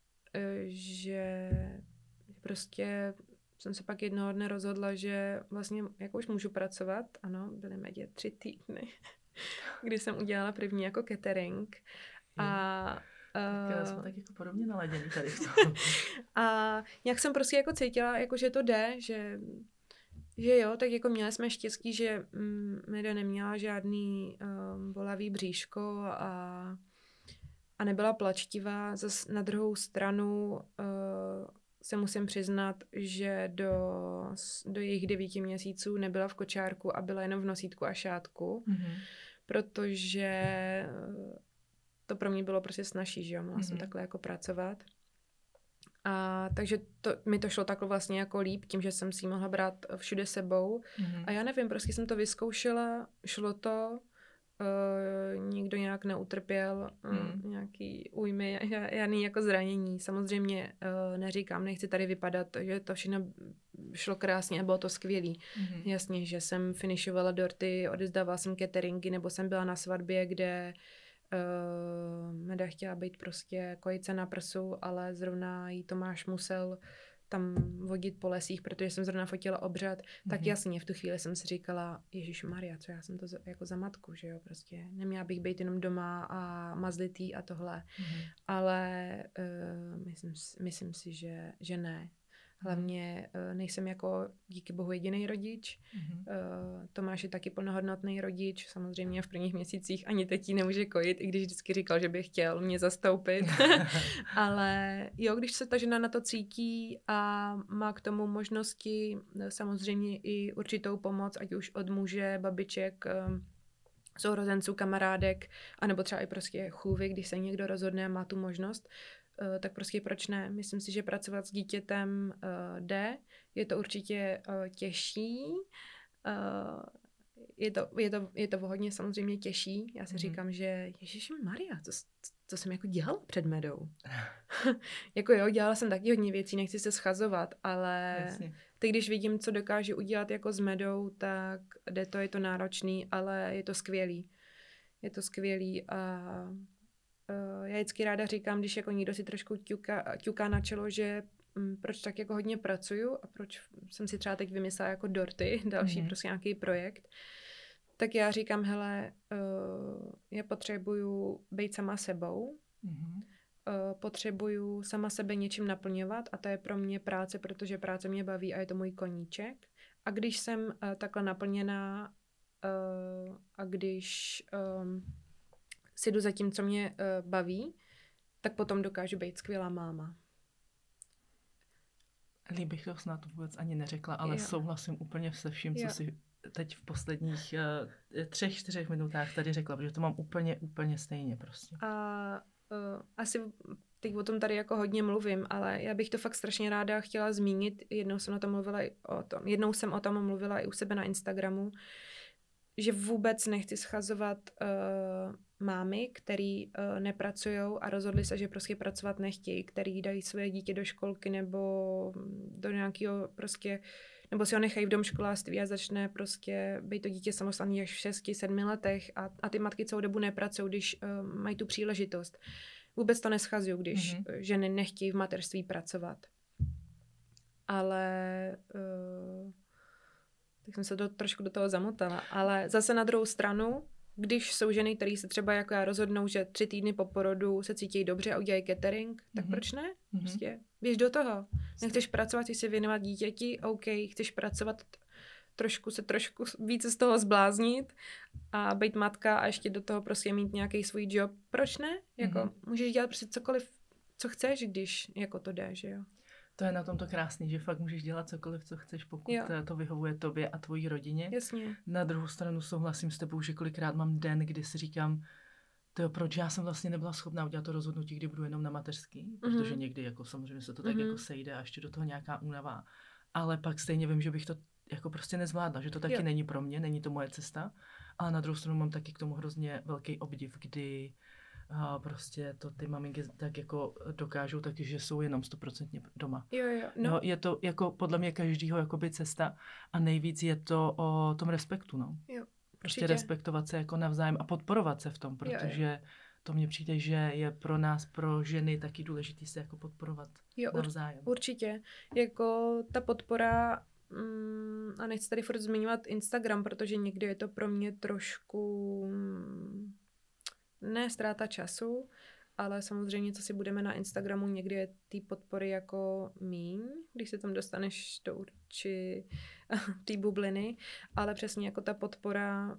že prostě jsem se pak jednoho dne rozhodla, že vlastně jako už můžu pracovat. Ano, byly Medě tři týdny, kdy jsem udělala první jako catering. A tak jsme tak jako podobně naladění tady. A nějak jsem prostě jako cítila, jako že to jde, že Že jo, tak jako měli jsme štěstí, že mm, Meda neměla žádný um, bolavý bříško a, a nebyla plačtivá. Zas na druhou stranu uh, se musím přiznat, že do, do jejich devíti měsíců nebyla v kočárku a byla jenom v nosítku a šátku, mm-hmm. protože to pro mě bylo prostě snazší, že jo, mohla mm-hmm. jsem takhle jako pracovat. A takže to, mi to šlo takhle vlastně jako líp, tím, že jsem si ji mohla brát všude sebou. Mm-hmm. A já nevím, prostě jsem to vyzkoušela, šlo to, uh, nikdo nějak neutrpěl, mm. uh, nějaký újmy, žádný jako zranění. Samozřejmě uh, neříkám, nechci tady vypadat, že to všechno šlo krásně a bylo to skvělý. Mm-hmm. Jasně, že jsem finišovala dorty, odezdávala jsem cateringy, nebo jsem byla na svatbě, kde Uh, Meda chtěla být prostě kojice na prsu, ale zrovna jí Tomáš musel tam vodit po lesích, protože jsem zrovna fotila obřad, mm-hmm. tak jasně v tu chvíli jsem si říkala, Ježišmarja, co já jsem to za, jako za matku, že jo, prostě neměla bych být jenom doma a mazlitý a tohle, mm-hmm. ale uh, myslím, myslím si, že, že ne. Hlavně uh, nejsem jako díky bohu jediný rodič. Mm-hmm. Uh, Tomáš je taky plnohodnotný rodič. Samozřejmě v prvních měsících ani teď nemůže kojit, i když vždycky říkal, že by chtěl mě zastoupit. Ale jo, když se ta žena na to cítí a má k tomu možnosti, samozřejmě i určitou pomoc, ať už od muže, babiček, um, sourozenců, kamarádek, anebo třeba i prostě chůvy, když se někdo rozhodne a má tu možnost, tak prostě proč ne? Myslím si, že pracovat s dítětem uh, jde. Je to určitě uh, těžší. Uh, je to, je to, je to hodně samozřejmě těžší. Já si mm. říkám, že ježišmarja, co, co jsem jako dělala před medou. Jako jo, dělala jsem taky hodně věcí, nechci se schazovat, ale Jasně. teď, když vidím, co dokážu udělat jako s medou, tak jde to, je to náročný, ale je to skvělý. Je to skvělý a uh, já vždycky ráda říkám, když jako někdo si trošku ťuká, ťuká na čelo, že um, proč tak jako hodně pracuju a proč jsem si třeba teď vymyslela jako dorty, další mm-hmm. prostě nějaký projekt, tak já říkám, hele, uh, já potřebuju být sama sebou, mm-hmm. uh, potřebuju sama sebe něčím naplňovat a to je pro mě práce, protože práce mě baví a je to můj koníček. A když jsem uh, takhle naplněná uh, a když um, si jdu za tím, co mě uh, baví, tak potom dokážu být skvělá máma. Líp bych to snad vůbec ani neřekla, ale jo. souhlasím úplně se vším, co jo. si teď v posledních uh, třech, čtyřech minutách tady řekla, protože to mám úplně, úplně stejně prostě. A uh, asi teď o tom tady jako hodně mluvím, ale já bych to fakt strašně ráda chtěla zmínit. Jednou jsem o tom mluvila i o tom. Jednou jsem o tom mluvila i u sebe na Instagramu, že vůbec nechci schazovat uh, mámy, který uh, nepracujou a rozhodli se, že prostě pracovat nechtějí, který dají své dítě do školky nebo do nějakého prostě, nebo si ho nechají v domškoláctví a začne prostě být to dítě samostatný až v šesti, sedmi letech a, a ty matky celou dobu nepracují, když uh, mají tu příležitost. Vůbec to neschazuju, když mm-hmm. ženy nechtějí v mateřství pracovat. Ale uh, tak jsem se do, trošku do toho zamotala. Ale zase na druhou stranu, když jsou ženy, které se třeba jako já rozhodnou, že tři týdny po porodu se cítí dobře a udělají catering, tak mm-hmm. proč ne? Mm-hmm. Prostě běž do toho. Nechceš pracovat, chceš se věnovat dítěti, OK, chceš pracovat, trošku se trošku více z toho zbláznit a být matka a ještě do toho prostě mít nějaký svůj job. Proč ne? Jako, mm-hmm. můžeš dělat prostě cokoliv, co chceš, když jako to jde, že jo? To je na tom to krásný, že fakt můžeš dělat cokoliv, co chceš, pokud jo. to vyhovuje tobě a tvojí rodině. Jasně. Na druhou stranu souhlasím s tebou, že kolikrát mám den, kdy si říkám, to proč já jsem vlastně nebyla schopná udělat to rozhodnutí, kdy budu jenom na mateřský, mm-hmm. protože někdy jako samozřejmě se to tak mm-hmm. jako sejde a ještě do toho nějaká únava. Ale pak stejně vím, že bych to jako prostě nezvládla, že to taky jo. není pro mě, není to moje cesta. Ale na druhou stranu mám taky k tomu hrozně velký obdiv, kdy a prostě to ty maminky tak jako dokážou taky, že jsou jenom stoprocentně doma. Jo, jo. No. No, je to jako podle mě každýho jakoby cesta a nejvíc je to o tom respektu, no. Jo, prostě respektovat se jako navzájem a podporovat se v tom, protože jo, jo. to mně přijde, že je pro nás, pro ženy taky důležitý se jako podporovat jo, navzájem. Určitě. Jako ta podpora mm, a nechci tady furt zmiňovat Instagram, protože někdy je to pro mě trošku mm, ne ztráta času, ale samozřejmě, co si budeme na Instagramu, někdy je té podpory jako míň, když se tam dostaneš do urči té bubliny, ale přesně jako ta podpora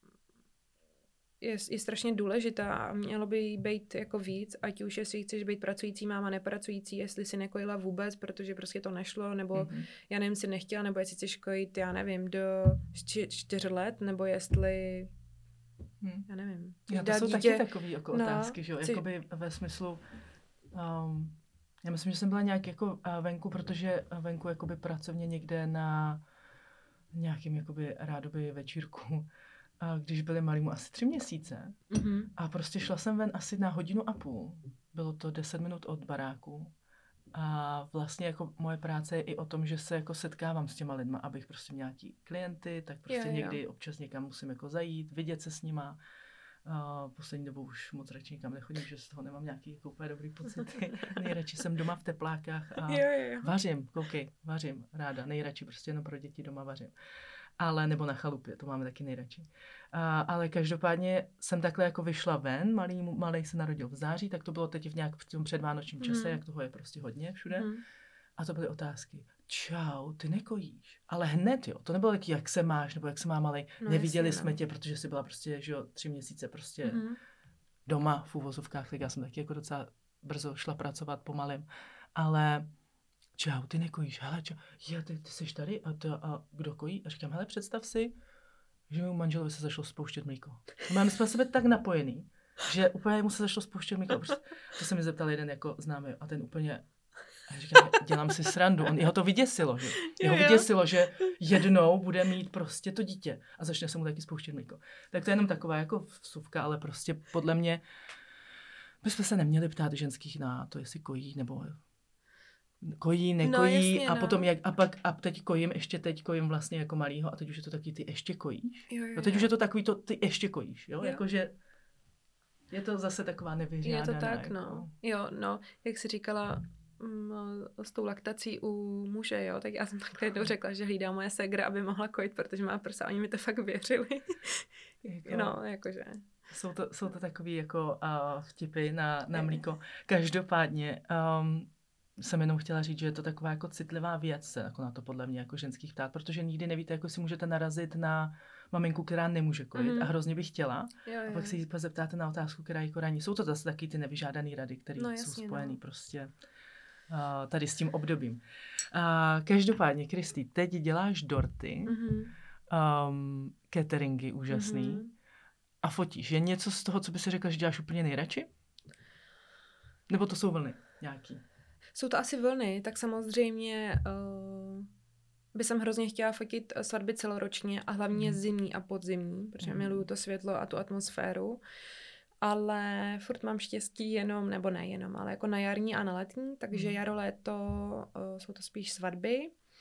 je, je strašně důležitá a mělo by jí být jako víc, ať už jestli chceš být pracující máma, nepracující, jestli si nekojila vůbec, protože prostě to nešlo, nebo mm-hmm. já nevím, si nechtěla, nebo jestli chceš kojit, já nevím, do čty, čtyř let, nebo jestli Hmm. Já nevím. Já to jsou dítě... taky takový jako no, otázky, že jo? Jsi... Jakoby ve smyslu, um, já myslím, že jsem byla nějak jako uh, venku, protože venku jakoby pracovně někde na nějakým jakoby rádoby večírku, uh, když byly malýmu asi tři měsíce mm-hmm. a prostě šla jsem ven asi na hodinu a půl. Bylo to deset minut od baráku. A vlastně jako moje práce je i o tom, že se jako setkávám s těma lidma, abych prostě měla tí klienty, tak prostě jo, jo. někdy občas někam musím jako zajít, vidět se s nima. Uh, poslední dobou už moc radši nikam nechodím, že z toho nemám nějaký jako úplně dobrý pocity. Nejradši jsem doma v teplákách a jo, jo. vařím, koukej, vařím, ráda. Nejradši prostě jenom pro děti doma vařím. Ale nebo na chalupě, to máme taky nejradši. Uh, ale každopádně jsem takhle jako vyšla ven, malý, malej se narodil v září, tak to bylo teď v nějak v tom předvánočním čase, mm. jak toho je prostě hodně všude. Mm. A to byly otázky. Čau, ty nekojíš. Ale hned, jo, to nebylo taky, jak se máš, nebo jak se má malej. No, Neviděli jasně, jsme no. tě, protože jsi byla prostě, že jo, tři měsíce prostě mm. doma v uvozovkách, tak já jsem taky jako docela brzo šla pracovat pomalým. Ale čau, ty nekojíš, hele, čau, je, ty, ty jsi tady a, to, a kdo kojí? A říkám, hele, představ si, že mému manželovi se zašlo spouštět mlíko. Máme jsme sebe tak napojený, že úplně mu se zašlo spouštět mlíko. To se mi zeptal jeden jako známý a ten úplně, A já říkám, dělám si srandu. On, jeho to vyděsilo, že? Jeho vyděsilo, že jednou bude mít prostě to dítě a začne se mu taky spouštět mlíko. Tak to je jenom taková jako vsuvka, ale prostě podle mě bychom se neměli ptát ženských na to, jestli kojí nebo kojí, nekojí, no, jasně, a potom no. jak, a pak, a teď kojím, ještě teď kojím vlastně jako malýho a teď už je to taky ty ještě kojíš. Jo, jo, no teď jo. už je to takový to, ty ještě kojíš, jo, jo. Jakože je to zase taková nevyžádaná. Je to tak, jako... no. Jo, no, jak jsi říkala m, s tou laktací u muže, jo, tak já jsem takhle jednou řekla, že hlídá moje ségra, aby mohla kojit, protože má prsa, oni mi to fakt věřili. Jako, no, jakože... Jsou to, jsou to takový jako uh, vtipy na, na mlíko. Každopádně um, jsem jenom chtěla říct, že je to taková jako citlivá věc se jako na to podle mě jako ženských ptát, protože nikdy nevíte, jako si můžete narazit na maminku, která nemůže kojit mm-hmm. a hrozně by chtěla. Jo, jo. A pak si ji zeptáte na otázku, která jí koraní. Jsou to zase taky ty nevyžádané rady, které no, jsou spojené no. prostě uh, tady s tím obdobím. Uh, každopádně, Kristý, teď děláš dorty, mm-hmm. um, cateringy úžasný mm-hmm. a fotíš. Je něco z toho, co by si řekla, že děláš úplně nejradši? Nebo to jsou vlny nějaký? Jsou to asi vlny, tak samozřejmě uh, by jsem hrozně chtěla fotit svatby celoročně a hlavně mm. zimní a podzimní, protože mm. miluju to světlo a tu atmosféru, ale furt mám štěstí jenom, nebo ne jenom, ale jako na jarní a na letní, takže mm. jaro, léto uh, jsou to spíš svatby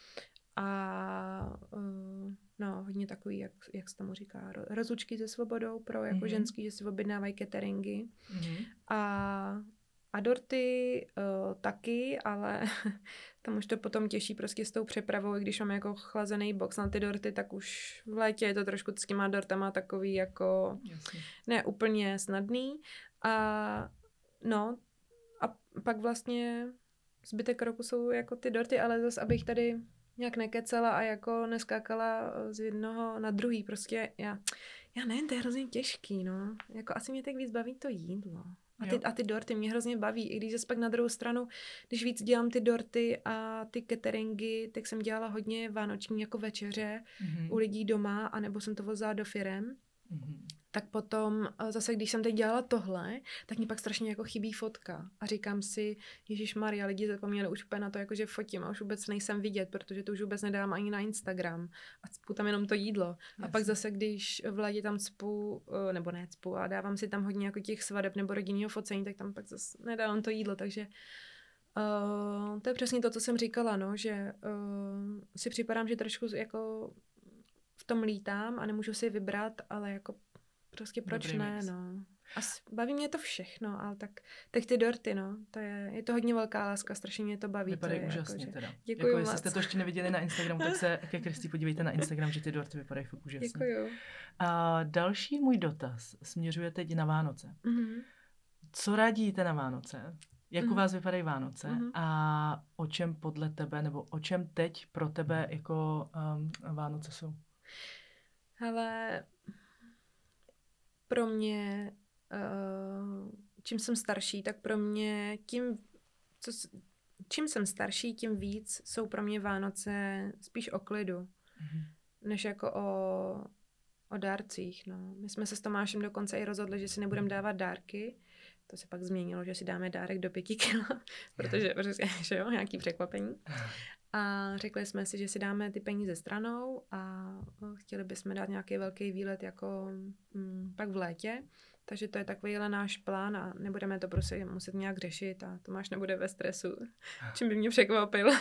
a uh, no, hodně takový, jak, jak se tomu říká, rozlučky se svobodou pro jako mm. ženský, že si objednávají cateringy mm. a A dorty uh, taky, ale tam už to potom těší prostě s tou přepravou, i když mám jako chlazený box na ty dorty, tak už v létě je to trošku s těma dortama takový jako Jasně. ne úplně snadný. A no a pak vlastně zbytek roku jsou jako ty dorty, ale zase abych tady nějak nekecela a jako neskákala z jednoho na druhý, prostě já, já nevím, to je hrozně těžký, no. Jako asi mě tak víc baví to jídlo. A ty, a ty dorty mě hrozně baví, i když zase pak na druhou stranu, když víc dělám ty dorty a ty cateringy, tak jsem dělala hodně vánoční jako večeře mm-hmm. u lidí doma, anebo jsem to vozila do firem. Mm-hmm. Tak potom zase, když jsem teď dělala tohle, tak mi pak strašně jako chybí fotka. A říkám si, ježišmarja, lidi zapomněli už úplně na to, jako že fotím a už vůbec nejsem vidět, protože to už vůbec nedám ani na Instagram. A cpu tam jenom to jídlo. Jasně. A pak zase, když v létě tam cpu, nebo ne cpu, a dávám si tam hodně jako těch svadeb nebo rodinného focení, tak tam pak zase nedávám to jídlo, takže uh, to je přesně to, co jsem říkala, no, že uh, si připadám, že trošku jako v tom lítám a nemůžu si vybrat, ale jako prostě proč Dobrý ne, mix. No. A baví mě to všechno, ale tak, tak ty dorty, no, to je, je to hodně velká láska, strašně mě to baví. Vypadají to je úžasně jako, teda. Děkuju jako, moc. jestli jste to ještě neviděli na Instagramu, tak se ke Kristý podívejte na Instagram, že ty dorty vypadají fakt úžasně. Děkuju. A další můj dotaz směřuje teď na Vánoce. Mm-hmm. Co radíte na Vánoce? Jak mm-hmm. u vás vypadají Vánoce? Mm-hmm. A o čem podle tebe, nebo o čem teď pro tebe jako um, Vánoce jsou? Hele, pro mě, uh, čím jsem starší, tak pro mě tím, co, čím jsem starší, tím víc jsou pro mě Vánoce spíš o klidu, mm-hmm. než jako o, o dárcích. No. My jsme se s Tomášem dokonce i rozhodli, že si nebudeme dávat dárky. To se pak změnilo, že si dáme dárek do pěti kilo, protože, protože že jo, nějaký překvapení. A řekli jsme si, že si dáme ty peníze stranou a chtěli bychom dát nějaký velký výlet jako m, pak v létě. Takže to je takovýhle náš plán a nebudeme to prostě muset nějak řešit a Tomáš nebude ve stresu, čím by mě překvapil.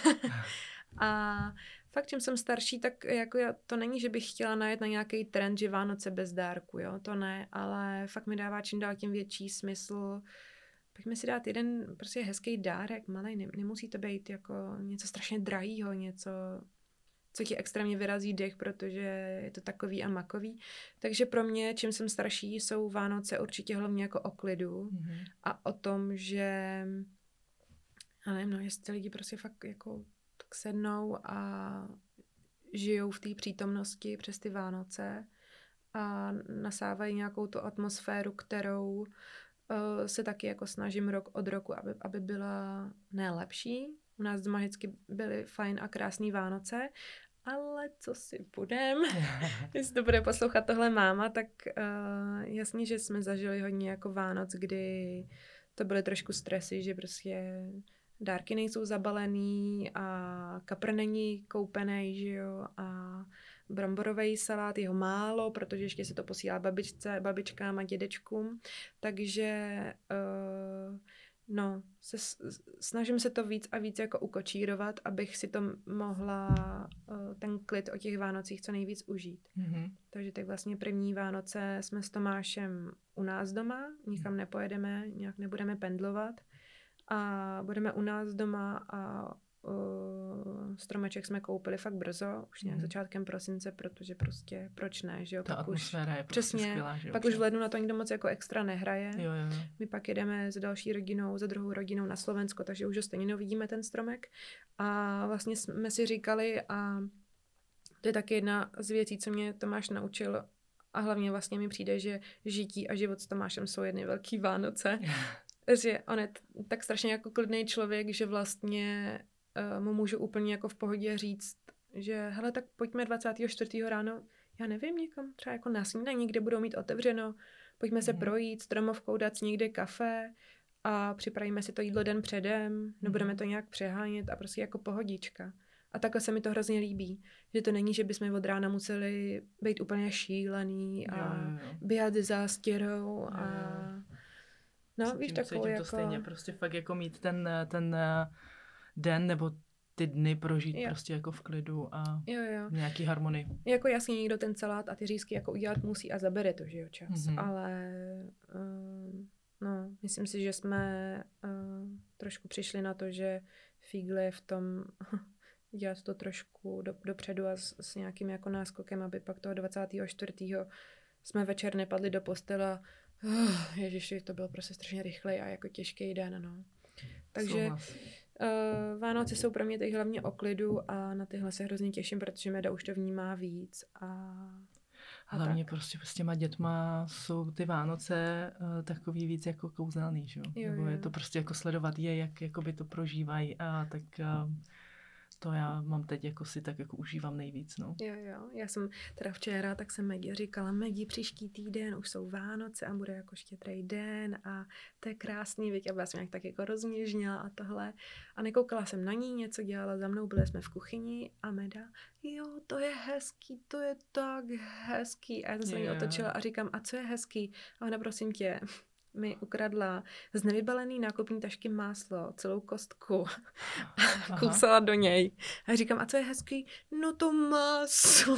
A fakt, čím jsem starší, tak jako já, to není, že bych chtěla najet na nějaký trend, že Vánoce bez dárku, jo, to ne, ale fakt mi dává čím dál tím větší smysl. Pojďme si dát jeden prostě hezký dárek, malej, ne, nemusí to být jako něco strašně drahýho, něco, co ti extrémně vyrazí dech, protože je to takový a makový. Takže pro mě, čím jsem starší, jsou Vánoce určitě hlavně jako o klidu mm-hmm. a o tom, že já nevím, no, jestli lidi prostě fakt jako tak sednou a žijou v té přítomnosti přes ty Vánoce a nasávají nějakou tu atmosféru, kterou uh, se taky jako snažím rok od roku, aby, aby byla nejlepší. U nás doma vždycky byly fajn a krásný Vánoce, ale co si budem, jestli to bude poslouchat tohle máma, tak uh, jasně, že jsme zažili hodně jako Vánoc, kdy to byly trošku stresy, že prostě dárky nejsou zabalený a kapr není koupený, že jo, a bramborový salát, jeho málo, protože ještě se to posílá babičce, babičkám a dědečkům, takže uh, no, se, snažím se to víc a víc jako ukočírovat, abych si to mohla uh, ten klid o těch Vánocích co nejvíc užít. Mm-hmm. Takže teď vlastně první Vánoce jsme s Tomášem u nás doma, nikam nepojedeme, nějak nebudeme pendlovat a budeme u nás doma a Uh, stromeček jsme koupili fakt brzo, už nějak mm. začátkem prosince, protože prostě proč ne, že jo? Ta pak atmosféra už, je prostě přesně, skvělá, že jo? Pak už v lednu na to nikdo moc jako extra nehraje. Jo, jo, jo. My pak jedeme s další rodinou, za druhou rodinou na Slovensko, takže už ho stejně vidíme ten stromek. A vlastně jsme si říkali, a to je taky jedna z věcí, co mě Tomáš naučil, a hlavně vlastně mi přijde, že žití a život s Tomášem jsou jedny velký Vánoce. Že on je t- tak strašně jako klidný člověk, že vlastně mu můžu úplně jako v pohodě říct, že hele, tak pojďme dvacátého čtvrtého ráno, já nevím, někam, třeba jako na snídaní, kde budou mít otevřeno, pojďme se mm. projít, stromovkou, dát si někde kafe a připravíme si to jídlo den předem, nebudeme to nějak přehánět a prostě jako pohodička. A takhle se mi to hrozně líbí, že to není, že bychom od rána museli být úplně šílený a jo, jo, jo. běhat zástěrou a no, cítím, víš, takovou cítím jako... to stejně, prostě fakt jako mít ten, ten den nebo ty dny prožít jo. prostě jako v klidu a jo, jo. nějaký harmonii. Jako jasně někdo ten salát a ty řízky jako udělat musí a zabere to, že jo, čas. Mm-hmm. Ale uh, no, myslím si, že jsme uh, trošku přišli na to, že Fígle je v tom dělat to trošku do, dopředu a s, s nějakým jako náskokem, aby pak toho dvacátého čtvrtého jsme večer nepadli do postela. Uh, ježiši, to bylo prostě strašně rychlej a jako těžký den, no. Takže Uh, Vánoce jsou pro mě teď hlavně o klidu a na tyhle se hrozně těším, protože Meda už to vnímá víc. A, a hlavně tak. prostě s těma dětma jsou ty Vánoce uh, takový víc jako kouzelný, že? Jo? Nebo je to prostě jako sledovat je, jak jakoby to prožívají a tak... Uh, to já mám teď jako si tak jako užívám nejvíc, no. Jo, jo. Já jsem teda včera, tak jsem Megi říkala, Megi, příští týden už jsou Vánoce a bude jako štědrý den a to je krásný, viď? A já jsem nějak tak jako rozněžněla a tohle. A nekoukala jsem na ní, něco dělala za mnou, byli jsme v kuchyni a Meda, jo, to je hezký, to je tak hezký. A já jsem se yeah. ní otočila a říkám, a co je hezký? A ona, prosím tě, mi ukradla z nevybalený nákupní tašky máslo, celou kostku a kousala do něj. A říkám, a co je hezký? No to máslo.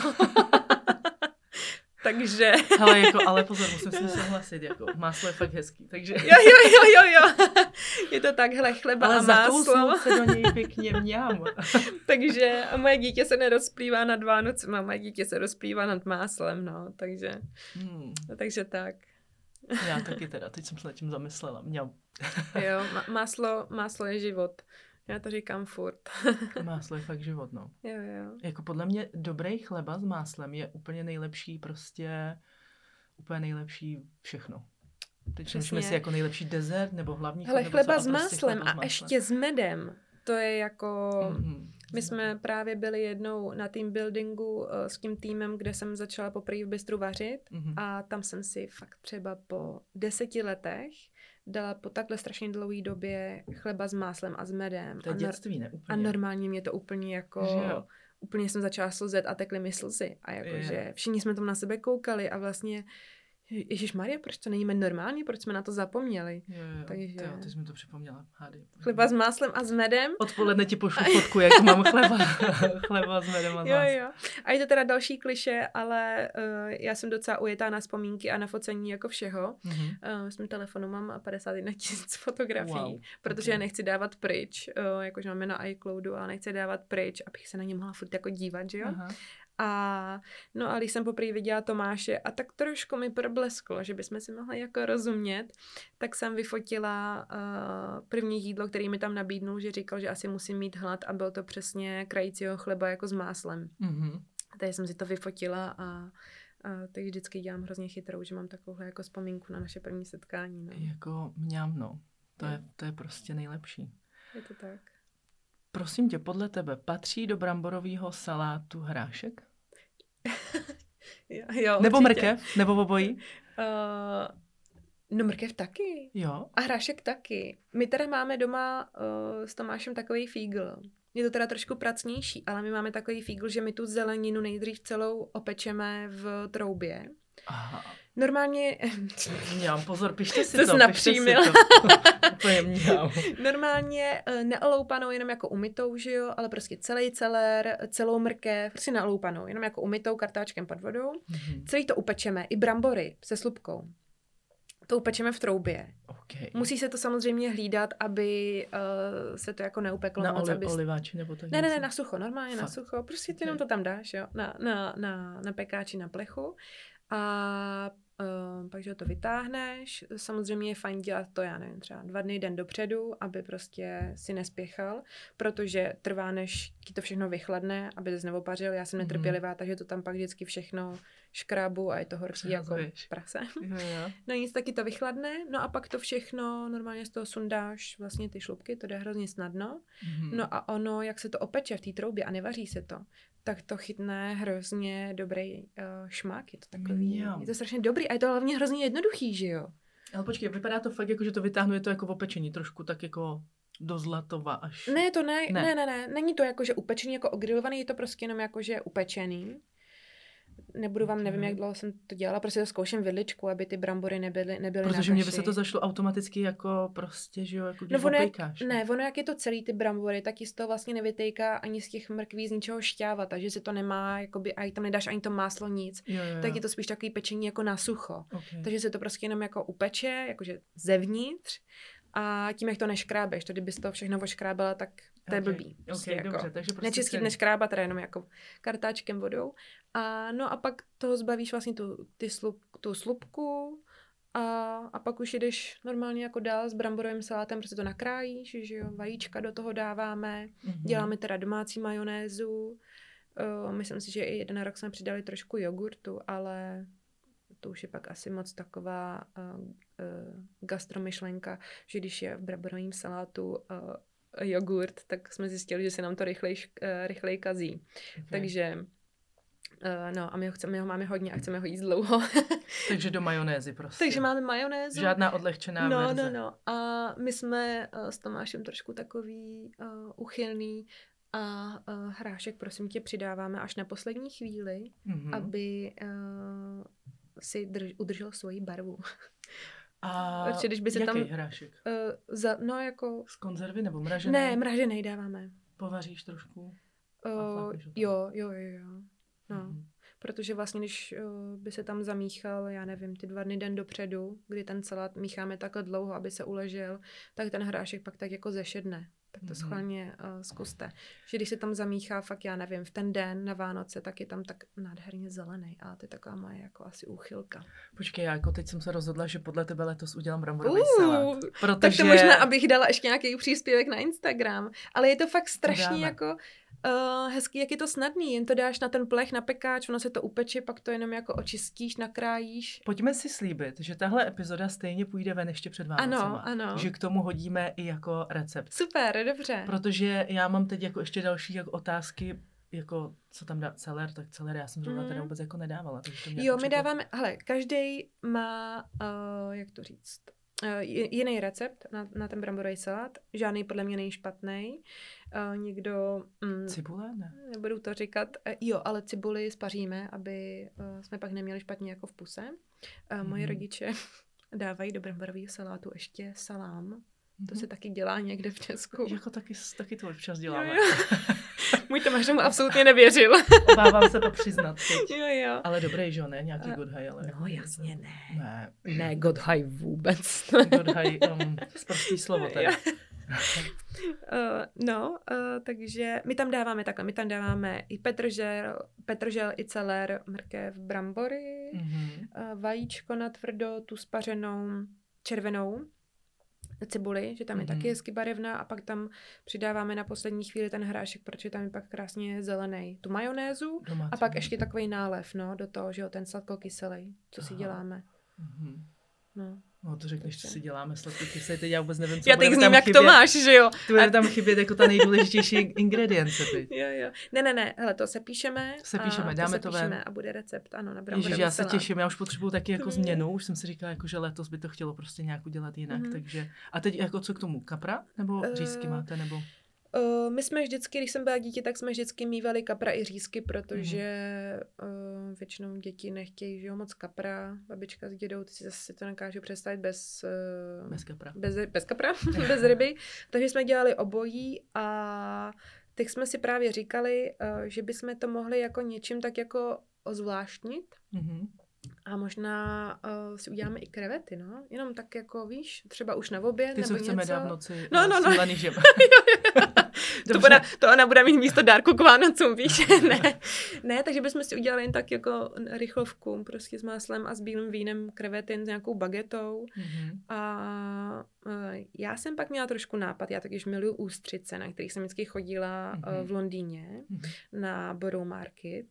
Takže... Ale, jako, ale pozor, musím si souhlasit, jako máslo je fakt hezký, takže... Jo, jo, jo, jo, jo. Je to takhle chleba ale a máslo. Ale se do něj pěkně mňám. Takže a moje dítě se nerozplývá nad Vánocem a moje dítě se rozplývá nad máslem, no, takže... Hmm. Takže tak. Já taky teda, teď jsem se nad tím zamyslela. Mňam. Jo, máslo, máslo je život. Já to říkám furt. Máslo je fakt život, no. Jo, jo. Jako podle mě dobrý chleba s máslem je úplně nejlepší, prostě úplně nejlepší všechno. Teď můžeme si jako nejlepší dezert nebo hlavní chleba. Hele, chleba s máslem prostě a máslem. Ještě s medem. To je jako... Mm-hmm. My jsme právě byli jednou na team buildingu uh, s tím týmem, kde jsem začala poprvé v bistru vařit mm-hmm. a tam jsem si fakt třeba po deseti letech dala po takhle strašně dlouhé době chleba s máslem a s medem. To je a dětství, ne? Úplně. A normálně mě to úplně jako... Úplně jsem začala slzet a tekly mi slzy. A jakože všichni jsme tam na sebe koukali a vlastně Ježišmarja, proč to nejíme normálně? Proč jsme na to zapomněli? Jo, jo, Takže... Tyjo, ty jsi mi to připomněla. Hádej. Chleba s máslem a s medem. Odpoledne ti pošlu fotku, jak mám chleba. Chleba s medem a s máslem. Jo, jo. A je to teda další kliše, ale uh, já jsem docela ujetá na vzpomínky a na focení jako všeho. Mm-hmm. Uh, s mým telefonu mám padesát jedna tisíc fotografií, wow. protože okay. já nechci dávat pryč, uh, jakože máme na iCloudu, ale nechci dávat pryč, abych se na ně mohla furt jako dívat, že jo? Aha. A no a když jsem poprvé viděla Tomáše a tak trošku mi problesklo, že bychom si mohli jako rozumět, tak jsem vyfotila uh, první jídlo, který mi tam nabídnul, že říkal, že asi musím mít hlad a byl to přesně krajícího chleba jako s máslem. Mm-hmm. Takže jsem si to vyfotila a, a teď vždycky dělám hrozně chytrou, že mám takovouhle jako vzpomínku na naše první setkání. No. Jako mňam, no. To je, to je prostě nejlepší. Je to tak. Prosím tě, podle tebe patří do bramborového salátu hrášek? jo, jo, nebo určitě. Mrkev? Nebo obojí? Uh, No mrkev taky. Jo. A hrášek taky. My teda máme doma uh, s Tomášem takový fígl. Je to teda trošku pracnější, ale my máme takový fígl, že my tu zeleninu nejdřív celou opečeme v troubě. Aha. Normálně... Mňam, pozor, pište si to. to, pište si to. Úplně mňam. Normálně neoloupanou, jenom jako umytou, že jo, ale prostě celý celér, celou mrkev, prostě neoloupanou, jenom jako umytou kartáčkem pod vodou. Mm-hmm. Celý to upečeme, i brambory se slupkou. To upečeme v troubě. Okay. Musí se to samozřejmě hlídat, aby uh, se to jako neupeklo na moc. Oli- aby... oliváči nebo tak? Ne, ne, ne, na sucho, normálně Fakt? na sucho. Prostě ty okay. jenom to tam dáš, jo, na, na, na, na pekáči, na plechu. A uh, pak, že to vytáhneš. Samozřejmě je fajn dělat to, já nevím, třeba dva dny, den dopředu, aby prostě si nespěchal, protože trvá, než ti to všechno vychladne, aby se neopařil. Já jsem mm. netrpělivá, takže to tam pak vždycky všechno škrábu a je to horší jako prase. Jo, jo. No nic, taky to vychladne, no a pak to všechno normálně z toho sundáš vlastně ty šlupky, to jde hrozně snadno. Mm. No a ono, jak se to opeče v té troubě a nevaří se to, tak to chytne hrozně dobrý uh, šmak, je to takový, jo. Je to strašně dobrý a je to hlavně hrozně jednoduchý, že jo? Ale počkej, vypadá to fakt jako, že to vytáhnu, je to jako v opečení, trošku tak jako do zlatova až. Ne, to ne, ne, ne, ne, ne. Není to jako, že upečený, jako ogrilovaný, je to prostě jenom jako, že upečený. Nebudu vám, okay. nevím, jak dlouho jsem to dělala, prostě to zkouším vidličku, aby ty brambory nebyly, nebyly na Protože mě by se to zašlo automaticky jako prostě, že jo, jako když no ono opejkáš. Jak, ne, ono jak je to celý ty brambory, tak z toho vlastně nevytejká ani z těch mrkví z ničeho šťáva, takže se to nemá, jakoby, a tam nedáš ani to máslo, nic. Jo, jo, jo. Tak je to spíš takový pečení jako na sucho. Okay. Takže se to prostě jenom jako upeče, jakože zevnitř. A tím, jak to neškrábeš, to kdybys to všechno oškrábala, tak to je okay. blbý. Prostě okay, jako dobře, takže prostě nečistí celý... neškrábat, teda jenom jako kartáčkem vodou. A no a pak toho zbavíš vlastně tu, ty slup, tu slupku a, a pak už jdeš normálně jako dál s bramborovým salátem, prostě to nakrájíš, že jo, vajíčka do toho dáváme, mm-hmm. děláme teda domácí majonézu. Uh, myslím si, že i jeden rok jsme přidali trošku jogurtu, ale to už je pak asi moc taková uh, uh, gastromyšlenka, že když je v bramborovém salátu uh, jogurt, tak jsme zjistili, že se nám to rychlej, uh, rychlej kazí. Okay. Takže uh, no a my ho, chceme, my ho máme hodně a chceme ho jíst dlouho. Takže do majonézy prostě. Takže máme majonézu. Žádná odlehčená no, verze. No, no, a my jsme uh, s Tomášem trošku takový uh, uchylný a uh, hrášek, prosím tě, přidáváme až na poslední chvíli, mm-hmm. aby uh, si drž, udržel svoji barvu. A Určitě, když by se jaký tam, hrášek? Uh, za, no jako... Z konzervy nebo mražený? Ne, mražený dáváme. Povaříš trošku? Uh, jo, jo, jo, jo. No. Mm-hmm. Protože vlastně, když uh, by se tam zamíchal, já nevím, ty dva dny den dopředu, kdy ten salát mícháme takhle dlouho, aby se uležel, tak ten hrášek pak tak jako zešedne. Tak to mm-hmm. schválně uh, zkuste. Že když se tam zamíchá fakt, já nevím, v ten den na Vánoce, tak je tam tak nádherně zelený. A to je taková moje jako asi úchylka. Počkej, já jako teď jsem se rozhodla, že podle tebe letos udělám bramborový uh, salát. Protože... Tak to možná, abych dala ještě nějaký příspěvek na Instagram. Ale je to fakt strašně jako... Uh, hezký, jak je to snadný, jen to dáš na ten plech, na pekáč, ono se to upeče, pak to jenom jako očistíš, nakrájíš. Pojďme si slíbit, že tahle epizoda stejně půjde ven ještě před Vánocema. Ano, ano. Že k tomu hodíme i jako recept. Super, dobře. Protože já mám teď jako ještě další jako otázky, jako co tam dá celer, tak celer já jsem zrovna mm. teda vůbec jako nedávala. Takže to mě jo, jako my dáváme, hele, každý má, uh, jak to říct, uh, jiný recept na, na ten bramborový salát, žádný podle mě není špatný. Uh, někdo... Mm, Cibule? Ne. Nebudu to říkat. Uh, jo, ale cibuli spaříme, aby uh, jsme pak neměli špatně jako v puse. Uh, mm. Moji rodiče dávají do bramborového salátu ještě salám. Mm. To se taky dělá někde v Česku. Jako taky, taky to občas děláme. Jo, jo. Můj Tomáš tomu absolutně nevěřil. Obávám se to přiznat teď. Jo, jo. Ale dobrý, že ne? Nějaký uh, godhaj, ale... No jasně ne. Ne. Ne, godhaj vůbec. Godhaj, um, sprostý slovo tady. uh, no, uh, takže my tam dáváme takhle, my tam dáváme i petržel, petržel i celer, mrkev, brambory, mm-hmm. uh, vajíčko natvrdo, tu spařenou červenou cibuli, že tam je mm-hmm. taky hezky barevná a pak tam přidáváme na poslední chvíli ten hrášek, protože tam je pak krásně zelený. Tu majonézu domácí a pak ještě takový nálev, no, do toho, že jo, ten sladkokyselý, co Aha. si děláme. Mm-hmm. No. No to řekneš, že si děláme sladký kyselý, teď já vůbec nevím, co já teď zním, jak chybět. To máš, že jo. To bude tam chybět jako ta nejdůležitější ingredience. Teď. Jo, jo. Ne, ne, ne, hele, to se píšeme. Se píšeme, dáme to ven. A bude recept, ano, na bramborový Ježiš, já se salát. těším, já už potřebuju taky jako změnu, už jsem si říkala, jako, že letos by to chtělo prostě nějak udělat jinak, mm-hmm. takže. A teď jako co k tomu, kapra? Nebo řízky uh... máte, nebo? Uh, my jsme vždycky, když jsem byla dítě, tak jsme vždycky mívali kapra i řízky, protože mm-hmm. uh, většinou děti nechtějí, že jo, moc kapra. Babička s dědou, ty si zase to nekážu představit bez... Uh, bez kapra. Bez, bez kapra, bez ryby. Takže jsme dělali obojí a teď jsme si právě říkali, uh, že bychom to mohli jako něčím tak jako ozvláštnit. Mm-hmm. A možná uh, si uděláme i krevety, no. Jenom tak jako, víš, třeba už na oběd Ty, nebo co chceme něco. dát v noci no, no, no. to, bude, to ona bude mít místo dárku k Vánocům, víš? ne. ne, takže bychom si udělali jen tak jako rychlovku, prostě s máslem a s bílým vínem, krevety s nějakou bagetou. Mm-hmm. A uh, já jsem pak měla trošku nápad, já takyž miluju ústřice, na kterých jsem vždycky chodila mm-hmm. uh, v Londýně mm-hmm. na Borough Market.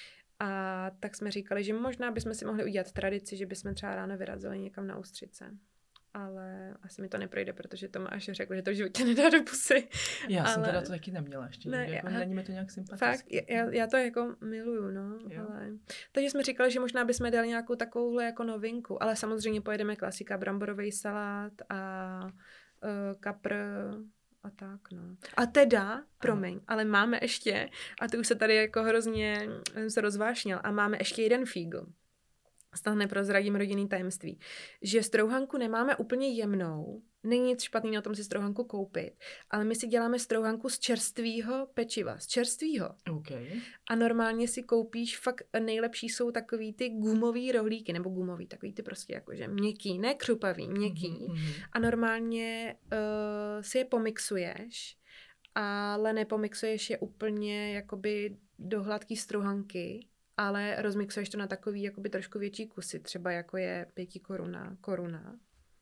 A tak jsme říkali, že možná bychom si mohli udělat tradici, že bychom třeba ráno vyrazili někam na ústřice. Ale asi mi to neprojde, protože Tomáš řekl, že to v životě nedá do pusy. Já ale... jsem teda to taky neměla ještě. Ne, jako aha. Není mi to nějak sympatické. Fakt, já, já to jako miluju, no. Ale... Takže jsme říkali, že možná bychom dali nějakou takovouhle jako novinku, ale samozřejmě pojedeme klasika, bramborový salát a uh, kapr... A tak, no. A teda, promiň, ano. ale máme ještě, a ty už se tady jako hrozně se rozvášnil, a máme ještě jeden fígl. Snad neprozradím rodinný tajemství. Že strouhanku nemáme úplně jemnou, není nic špatný na tom si strouhanku koupit, ale my si děláme strouhanku z čerstvýho pečiva, z čerstvýho. Okay. A normálně si koupíš, fakt nejlepší jsou takový ty gumový rohlíky, nebo gumový, takový ty prostě jakože měkký, ne křupavý, měkký. Mm-hmm. A normálně uh, si je pomixuješ, ale nepomixuješ je úplně jakoby do hladký strouhanky, ale rozmixuješ to na takový jakoby trošku větší kusy, třeba jako je pěti koruna, koruna.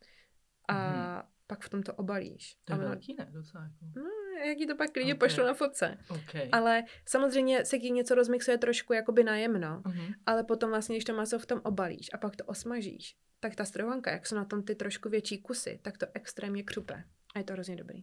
A mm-hmm. pak v tom to obalíš. To je velký, ne? Docela jako... No, jak ti to pak lidi okay. pošlu na fotce. Okay. Ale samozřejmě se ti něco rozmixuje trošku jakoby najemno, mm-hmm. ale potom vlastně, když to maso v tom obalíš a pak to osmažíš, tak ta strouhanka, jak jsou na tom ty trošku větší kusy, tak to extrémně křupe. A je to hrozně dobrý.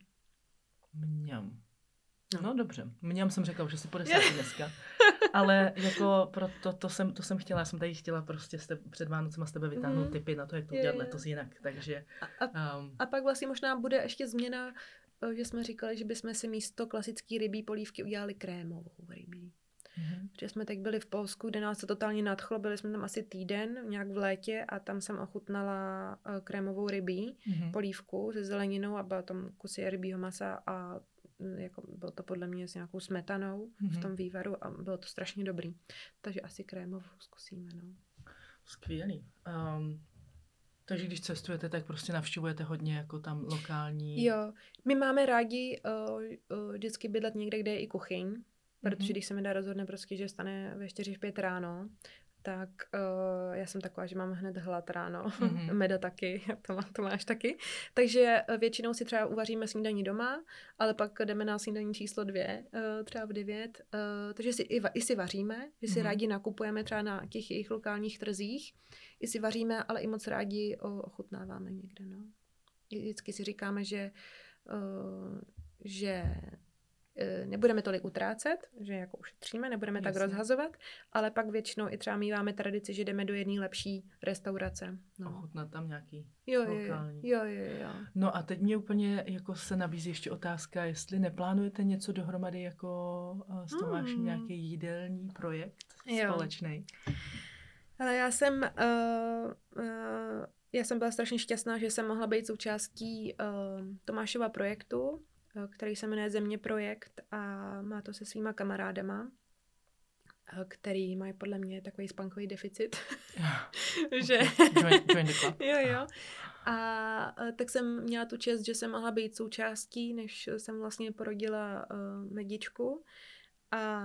Mňam. No, no dobře. Mňam jsem řekla, že si po desátý dneska. Ale jako proto to jsem, to jsem chtěla, já jsem tady chtěla prostě ste, před Vánocema z tebe vytáhnout mm-hmm. tipy na to, jak to udělat letos jinak. Takže, a, a, um, a pak vlastně možná bude ještě změna, že jsme říkali, že bychom si místo klasický rybí polívky udělali krémovou rybí. Mm-hmm. Protože jsme teď byli v Polsku, kde nás to totálně nadchlo, byli jsme tam asi týden, nějak v létě, a tam jsem ochutnala uh, krémovou rybí mm-hmm. polívku se zeleninou a byla tam kusy rybího masa a jako bylo to podle mě s nějakou smetanou mm-hmm. v tom vývaru a bylo to strašně dobrý. Takže asi krémovou zkusíme, no. Skvělý. Um, takže když cestujete, tak prostě navštěvujete hodně jako tam lokální... Jo. My máme rádi uh, uh, vždycky bydlet někde, kde je i kuchyň, mm-hmm. protože když se mi dá rozhodne prostě, že stane ve čtyři, v pět ráno, tak uh, já jsem taková, že mám hned hlad ráno. Mm-hmm. Meda taky, to, má, to máš taky. Takže většinou si třeba uvaříme snídaní doma, ale pak jdeme na snídaní číslo dvě, uh, třeba v devět. Uh, takže si i, i si vaříme, že si mm-hmm. rádi nakupujeme třeba na těch jejich lokálních trzích. I si vaříme, ale i moc rádi ochutnáváme někde. No. Vždycky si říkáme, že, uh, že nebudeme tolik utrácet, že jako ušetříme, nebudeme Jasně. tak rozhazovat, ale pak většinou i třeba míváme tradici, že jdeme do jedné lepší restaurace. No. Ochutnat tam nějaký jo, lokální. Jo, jo, jo. No a teď mě úplně jako se nabízí ještě otázka, jestli neplánujete něco dohromady jako s Tomášem, mm. nějaký jídelní projekt jo. společný? Ale já jsem uh, uh, já jsem byla strašně šťastná, že jsem mohla být součástí uh, Tomášova projektu, který se jmenuje Země projekt a má to se svýma kamarádama, který mají podle mě takový spánkový deficit. že... join, join the club. jo, jo. A tak jsem měla tu čest, že jsem mohla být součástí, než jsem vlastně porodila uh, medičku. A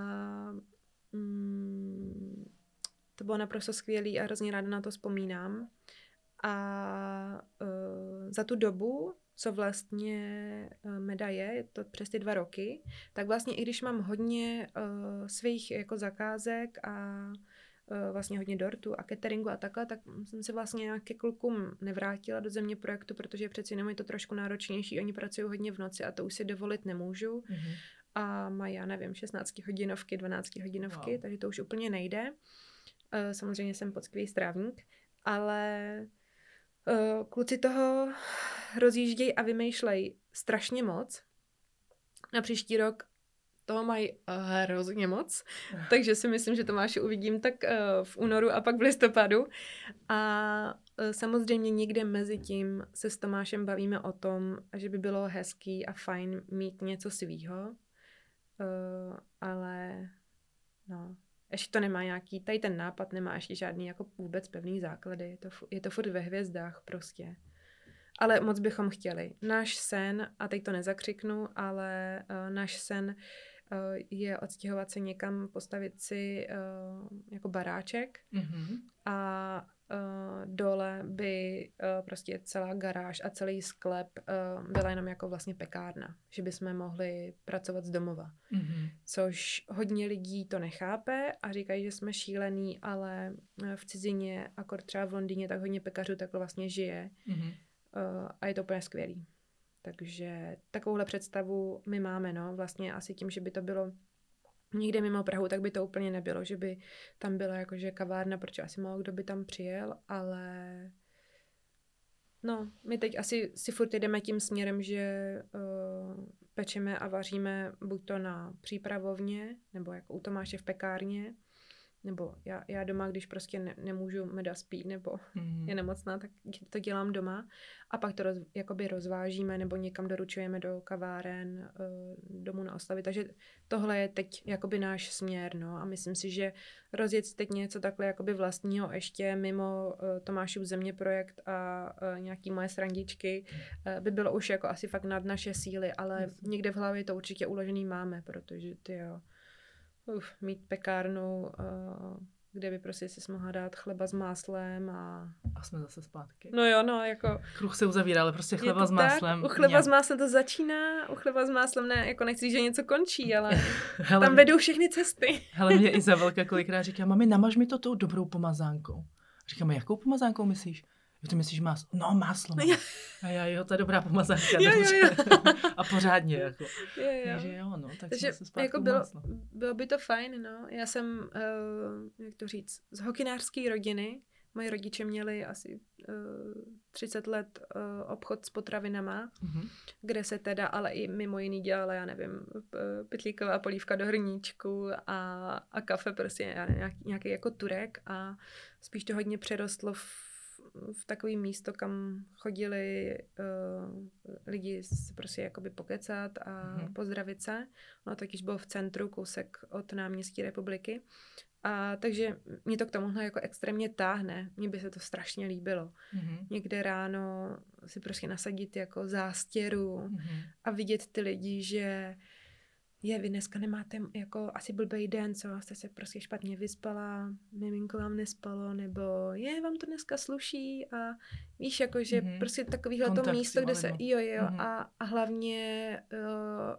mm, to bylo naprosto skvělý a hrozně ráda na to vzpomínám. A uh, za tu dobu, co vlastně Meda je, je to přes ty dva roky, tak vlastně i když mám hodně uh, svých jako zakázek a uh, vlastně hodně dortu a cateringu a takhle, tak jsem se vlastně nějak ke klukům nevrátila do země projektu, protože přeci jenom je to trošku náročnější. Oni pracují hodně v noci a to už si dovolit nemůžu. Mm-hmm. A mají, já nevím, šestnáct hodinovky, dvanáct hodinovky, wow. takže to už úplně nejde. Uh, samozřejmě jsem poctivý strávník, ale uh, kluci toho rozjíždějí a vymýšlejí strašně moc. Na příští rok toho mají uh, hrozně moc, takže si myslím, že Tomáše uvidím tak uh, v únoru a pak v listopadu. A uh, samozřejmě někde mezi tím se s Tomášem bavíme o tom, že by bylo hezký a fajn mít něco svýho, uh, ale no, ještě to nemá nějaký, tady ten nápad nemá ještě žádný jako vůbec pevný základy, je to, je to furt ve hvězdách prostě. Ale moc bychom chtěli. Náš sen, a teď to nezakřiknu, ale uh, náš sen uh, je odstěhovat se někam, postavit si uh, jako baráček mm-hmm. a uh, dole by uh, prostě celá garáž a celý sklep uh, byla jenom jako vlastně pekárna. Že bychom mohli pracovat z domova. Mm-hmm. Což hodně lidí to nechápe a říkají, že jsme šílený, ale v cizině, akor třeba v Londýně, tak hodně pekařů takhle vlastně žije. Mm-hmm. Uh, a je to úplně skvělý. Takže takovouhle představu my máme, no, vlastně asi tím, že by to bylo někde mimo Prahu, tak by to úplně nebylo, že by tam byla jakože kavárna, protože asi málo kdo by tam přijel, ale no, my teď asi si furt jdeme tím směrem, že uh, pečeme a vaříme buď to na přípravovně, nebo jako u Tomáše v pekárně, nebo já, já doma, když prostě ne, nemůžu Meda spí, nebo mm. je nemocná, tak to dělám doma. A pak to roz, jakoby rozvážíme, nebo někam doručujeme do kaváren, domů na oslavy. Takže tohle je teď jakoby náš směr, no. A myslím si, že rozjet teď něco takhle jakoby vlastního ještě mimo Tomášův země projekt a nějaký moje srandičky by bylo už jako asi fakt nad naše síly, ale mm. někde v hlavě to určitě uložený máme, protože ty jo, Uf, mít pekárnu, uh, kde by prostě si mohla dát chleba s máslem a... A jsme zase zpátky. No jo, no, jako... Kruh se uzavírá, ale prostě chleba s máslem. Tak, u chleba nějak... s máslem to začíná, u chleba s máslem ne, jako nechci říct, že něco končí, ale hele, tam vedou všechny cesty. Hele, mě Izabelka kolikrát říká, mami, namaž mi to tou dobrou pomazánkou. Říkáme, jakou pomazánkou myslíš? Jo, ty myslíš máslo? No, máslo. No. A já, jo, to je dobrá pomazánka. Jo, jo, jo. A pořádně, jako. Jo, jo. Takže jo, no, tak Takže jsme se zpátky jako bylo, bylo by to fajn, no. Já jsem, uh, jak to říct, z hokynářské rodiny. Moji rodiče měli asi uh, třicet let uh, obchod s potravinama, mm-hmm. kde se teda, ale i mimo jiný dělala, já nevím, pytlíková polívka do hrníčku a, a kafe, prostě nějaký, nějaký jako turek a spíš to hodně přerostlo v v takový místo, kam chodili uh, lidi se prostě jakoby pokecat a mm-hmm. pozdravit se. No takyž bylo v centru, kousek od náměstí Republiky. A takže mě to k tomuhle jako extrémně táhne. Mně by se to strašně líbilo. Mm-hmm. Někde ráno si prostě nasadit jako zástěru mm-hmm. a vidět ty lidi, že je, vy dneska nemáte jako asi blbej den, co jste se prostě špatně vyspala, miminko vám nespalo, nebo je, vám to dneska sluší a víš, jako, že mm-hmm. prostě takovýhle to místo, kde se, jo, jo, mm-hmm. a, a hlavně uh,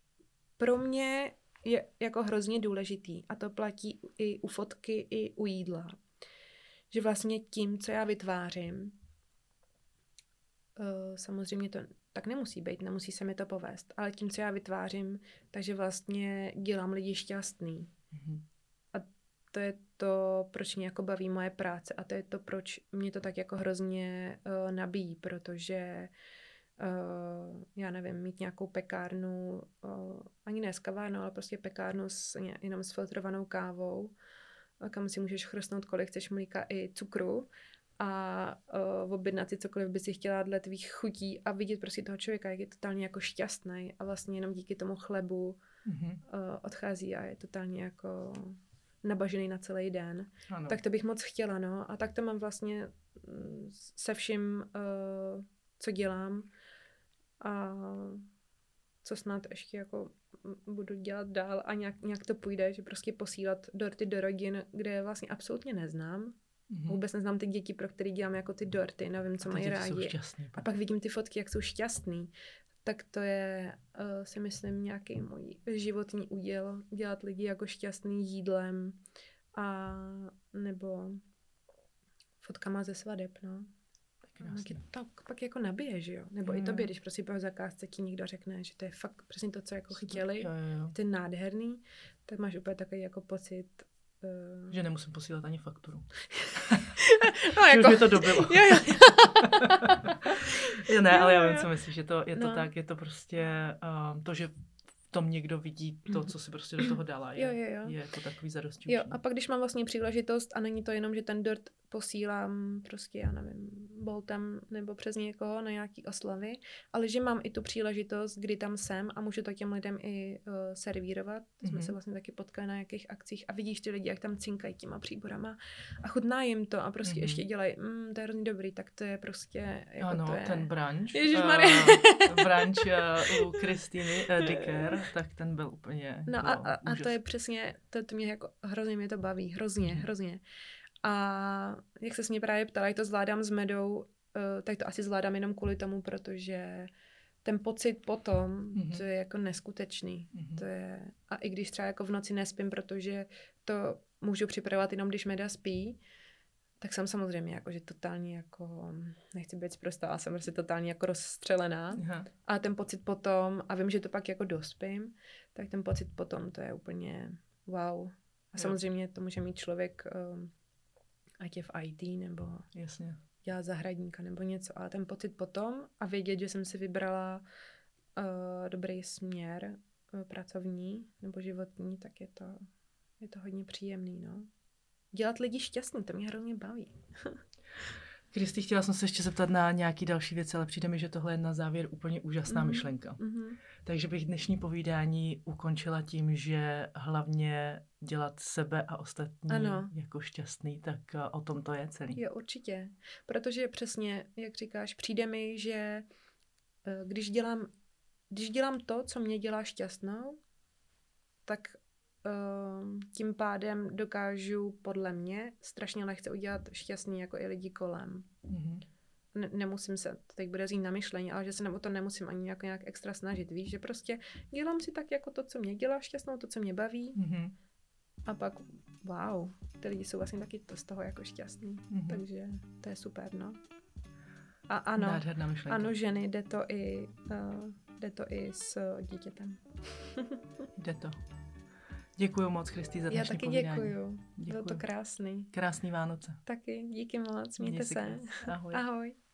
pro mě je jako hrozně důležitý a to platí i u fotky, i u jídla, že vlastně tím, co já vytvářím, uh, samozřejmě to tak nemusí být, nemusí se mi to povést, ale tím, co já vytvářím, takže vlastně dělám lidi šťastný. Mm-hmm. A to je to, proč mě jako baví moje práce a to je to, proč mě to tak jako hrozně uh, nabíjí, protože uh, já nevím, mít nějakou pekárnu, uh, ani ne s kavárnou, ale prostě pekárnu s, jenom s filtrovanou kávou, kam si můžeš chrstnout, kolik chceš mlíka i cukru, a uh, objednat si cokoliv by si chtěla dle tvých chutí a vidět prostě toho člověka, jak je totálně jako šťastný a vlastně jenom díky tomu chlebu mm-hmm. uh, odchází a je totálně jako nabažený na celý den. Ano. Tak to bych moc chtěla, no. A tak to mám vlastně se vším, uh, co dělám a co snad ještě jako budu dělat dál a nějak, nějak to půjde, že prostě posílat dorty do rodin, kde vlastně absolutně neznám. Mm-hmm. Vůbec neznám ty děti, pro které dělám jako ty dorty, nevím, co mají rádi. A pak vidím ty fotky, jak jsou šťastný. Tak to je, uh, si myslím, nějaký můj životní úděl. Dělat lidi jako šťastný jídlem A nebo fotkama ze svadeb, no. Tak to pak jako nabije, že jo? Nebo mm. i tobě, když prostě po zakázce ti někdo řekne, že to je fakt přesně to, co jako chtěli, jo, jo, jo. to je nádherný, tak máš úplně takový jako pocit... Uh... Že nemusím posílat ani fakturu. No, jako... Už mi to dobilo. jo, jo. jo, ne, jo, ale já jo. vím, co myslíš, že to, je to no. tak, je to prostě um, to, že v tom někdo vidí to, co si prostě do toho dala, je, jo, jo, jo. je to takový zadostiučinění. Jo, a pak když mám vlastně příležitost a není to jenom, že ten dort posílám prostě, já nevím, boltem nebo přes někoho na nějaký oslavy, ale že mám i tu příležitost, kdy tam jsem a můžu to těm lidem i uh, servírovat. To jsme mm-hmm. se vlastně taky potkali na nějakých akcích a vidíš ty lidi, jak tam cinkají těma příborama a chutná jim to a prostě mm-hmm. ještě dělají, mm, to je hrozně dobrý, tak to je prostě, jako ano, to je... ten brunch. Ježišmarja. Uh, brunch uh, u Kristýny uh, Dicker, tak ten byl úplně No a, a, a to je přesně, to, to mě jako hrozně mě to baví, hrozně, mm-hmm. hrozně. A jak se mě právě ptala, jak to zvládám s medou, uh, tak to asi zvládám jenom kvůli tomu, protože ten pocit potom, mm-hmm. to je jako neskutečný. Mm-hmm. To je, a i když třeba jako v noci nespím, protože to můžu připravovat jenom, když meda spí, tak jsem samozřejmě jako, že totálně jako, nechci být zprostá, ale jsem prostě totálně jako rozstřelená. Aha. A ten pocit potom, a vím, že to pak jako dospím, tak ten pocit potom, to je úplně wow. A jo. Samozřejmě to může mít člověk, um, ať je v í té, nebo Jasně. dělá zahradníka, nebo něco, ale ten pocit potom a vědět, že jsem si vybrala uh, dobrý směr uh, pracovní nebo životní, tak je to, je to hodně příjemný, no. Dělat lidi šťastný, to mě hrozně baví. Kristý, chtěla jsem se ještě zeptat na nějaký další věci, ale přijde mi, že tohle je na závěr úplně úžasná mm-hmm. myšlenka. Mm-hmm. Takže bych dnešní povídání ukončila tím, že hlavně dělat sebe a ostatní ano. jako šťastný, tak o tom to je celý. Jo, určitě. Protože přesně, jak říkáš, přijde mi, že když dělám, když dělám to, co mě dělá šťastnou, tak tím pádem dokážu podle mě strašně lehce udělat šťastný jako i lidi kolem. Mm-hmm. Ne- nemusím se, to teď bude znít na myšlení, ale že se o to nemusím ani jako nějak extra snažit, víš, že prostě dělám si tak jako to, co mě dělá šťastnou, to, co mě baví mm-hmm. a pak wow, ty lidi jsou vlastně taky to z toho jako šťastný, mm-hmm. takže to je super, no. A ano, ano, ženy, jde to i, uh, jde to i s dítětem. Jde to. Děkuju moc, Kristý, za dnešní povídání. Já taky děkuju. Bylo to krásný. Krásný Vánoce. Taky, díky moc, mějte se. Ahoj. Ahoj.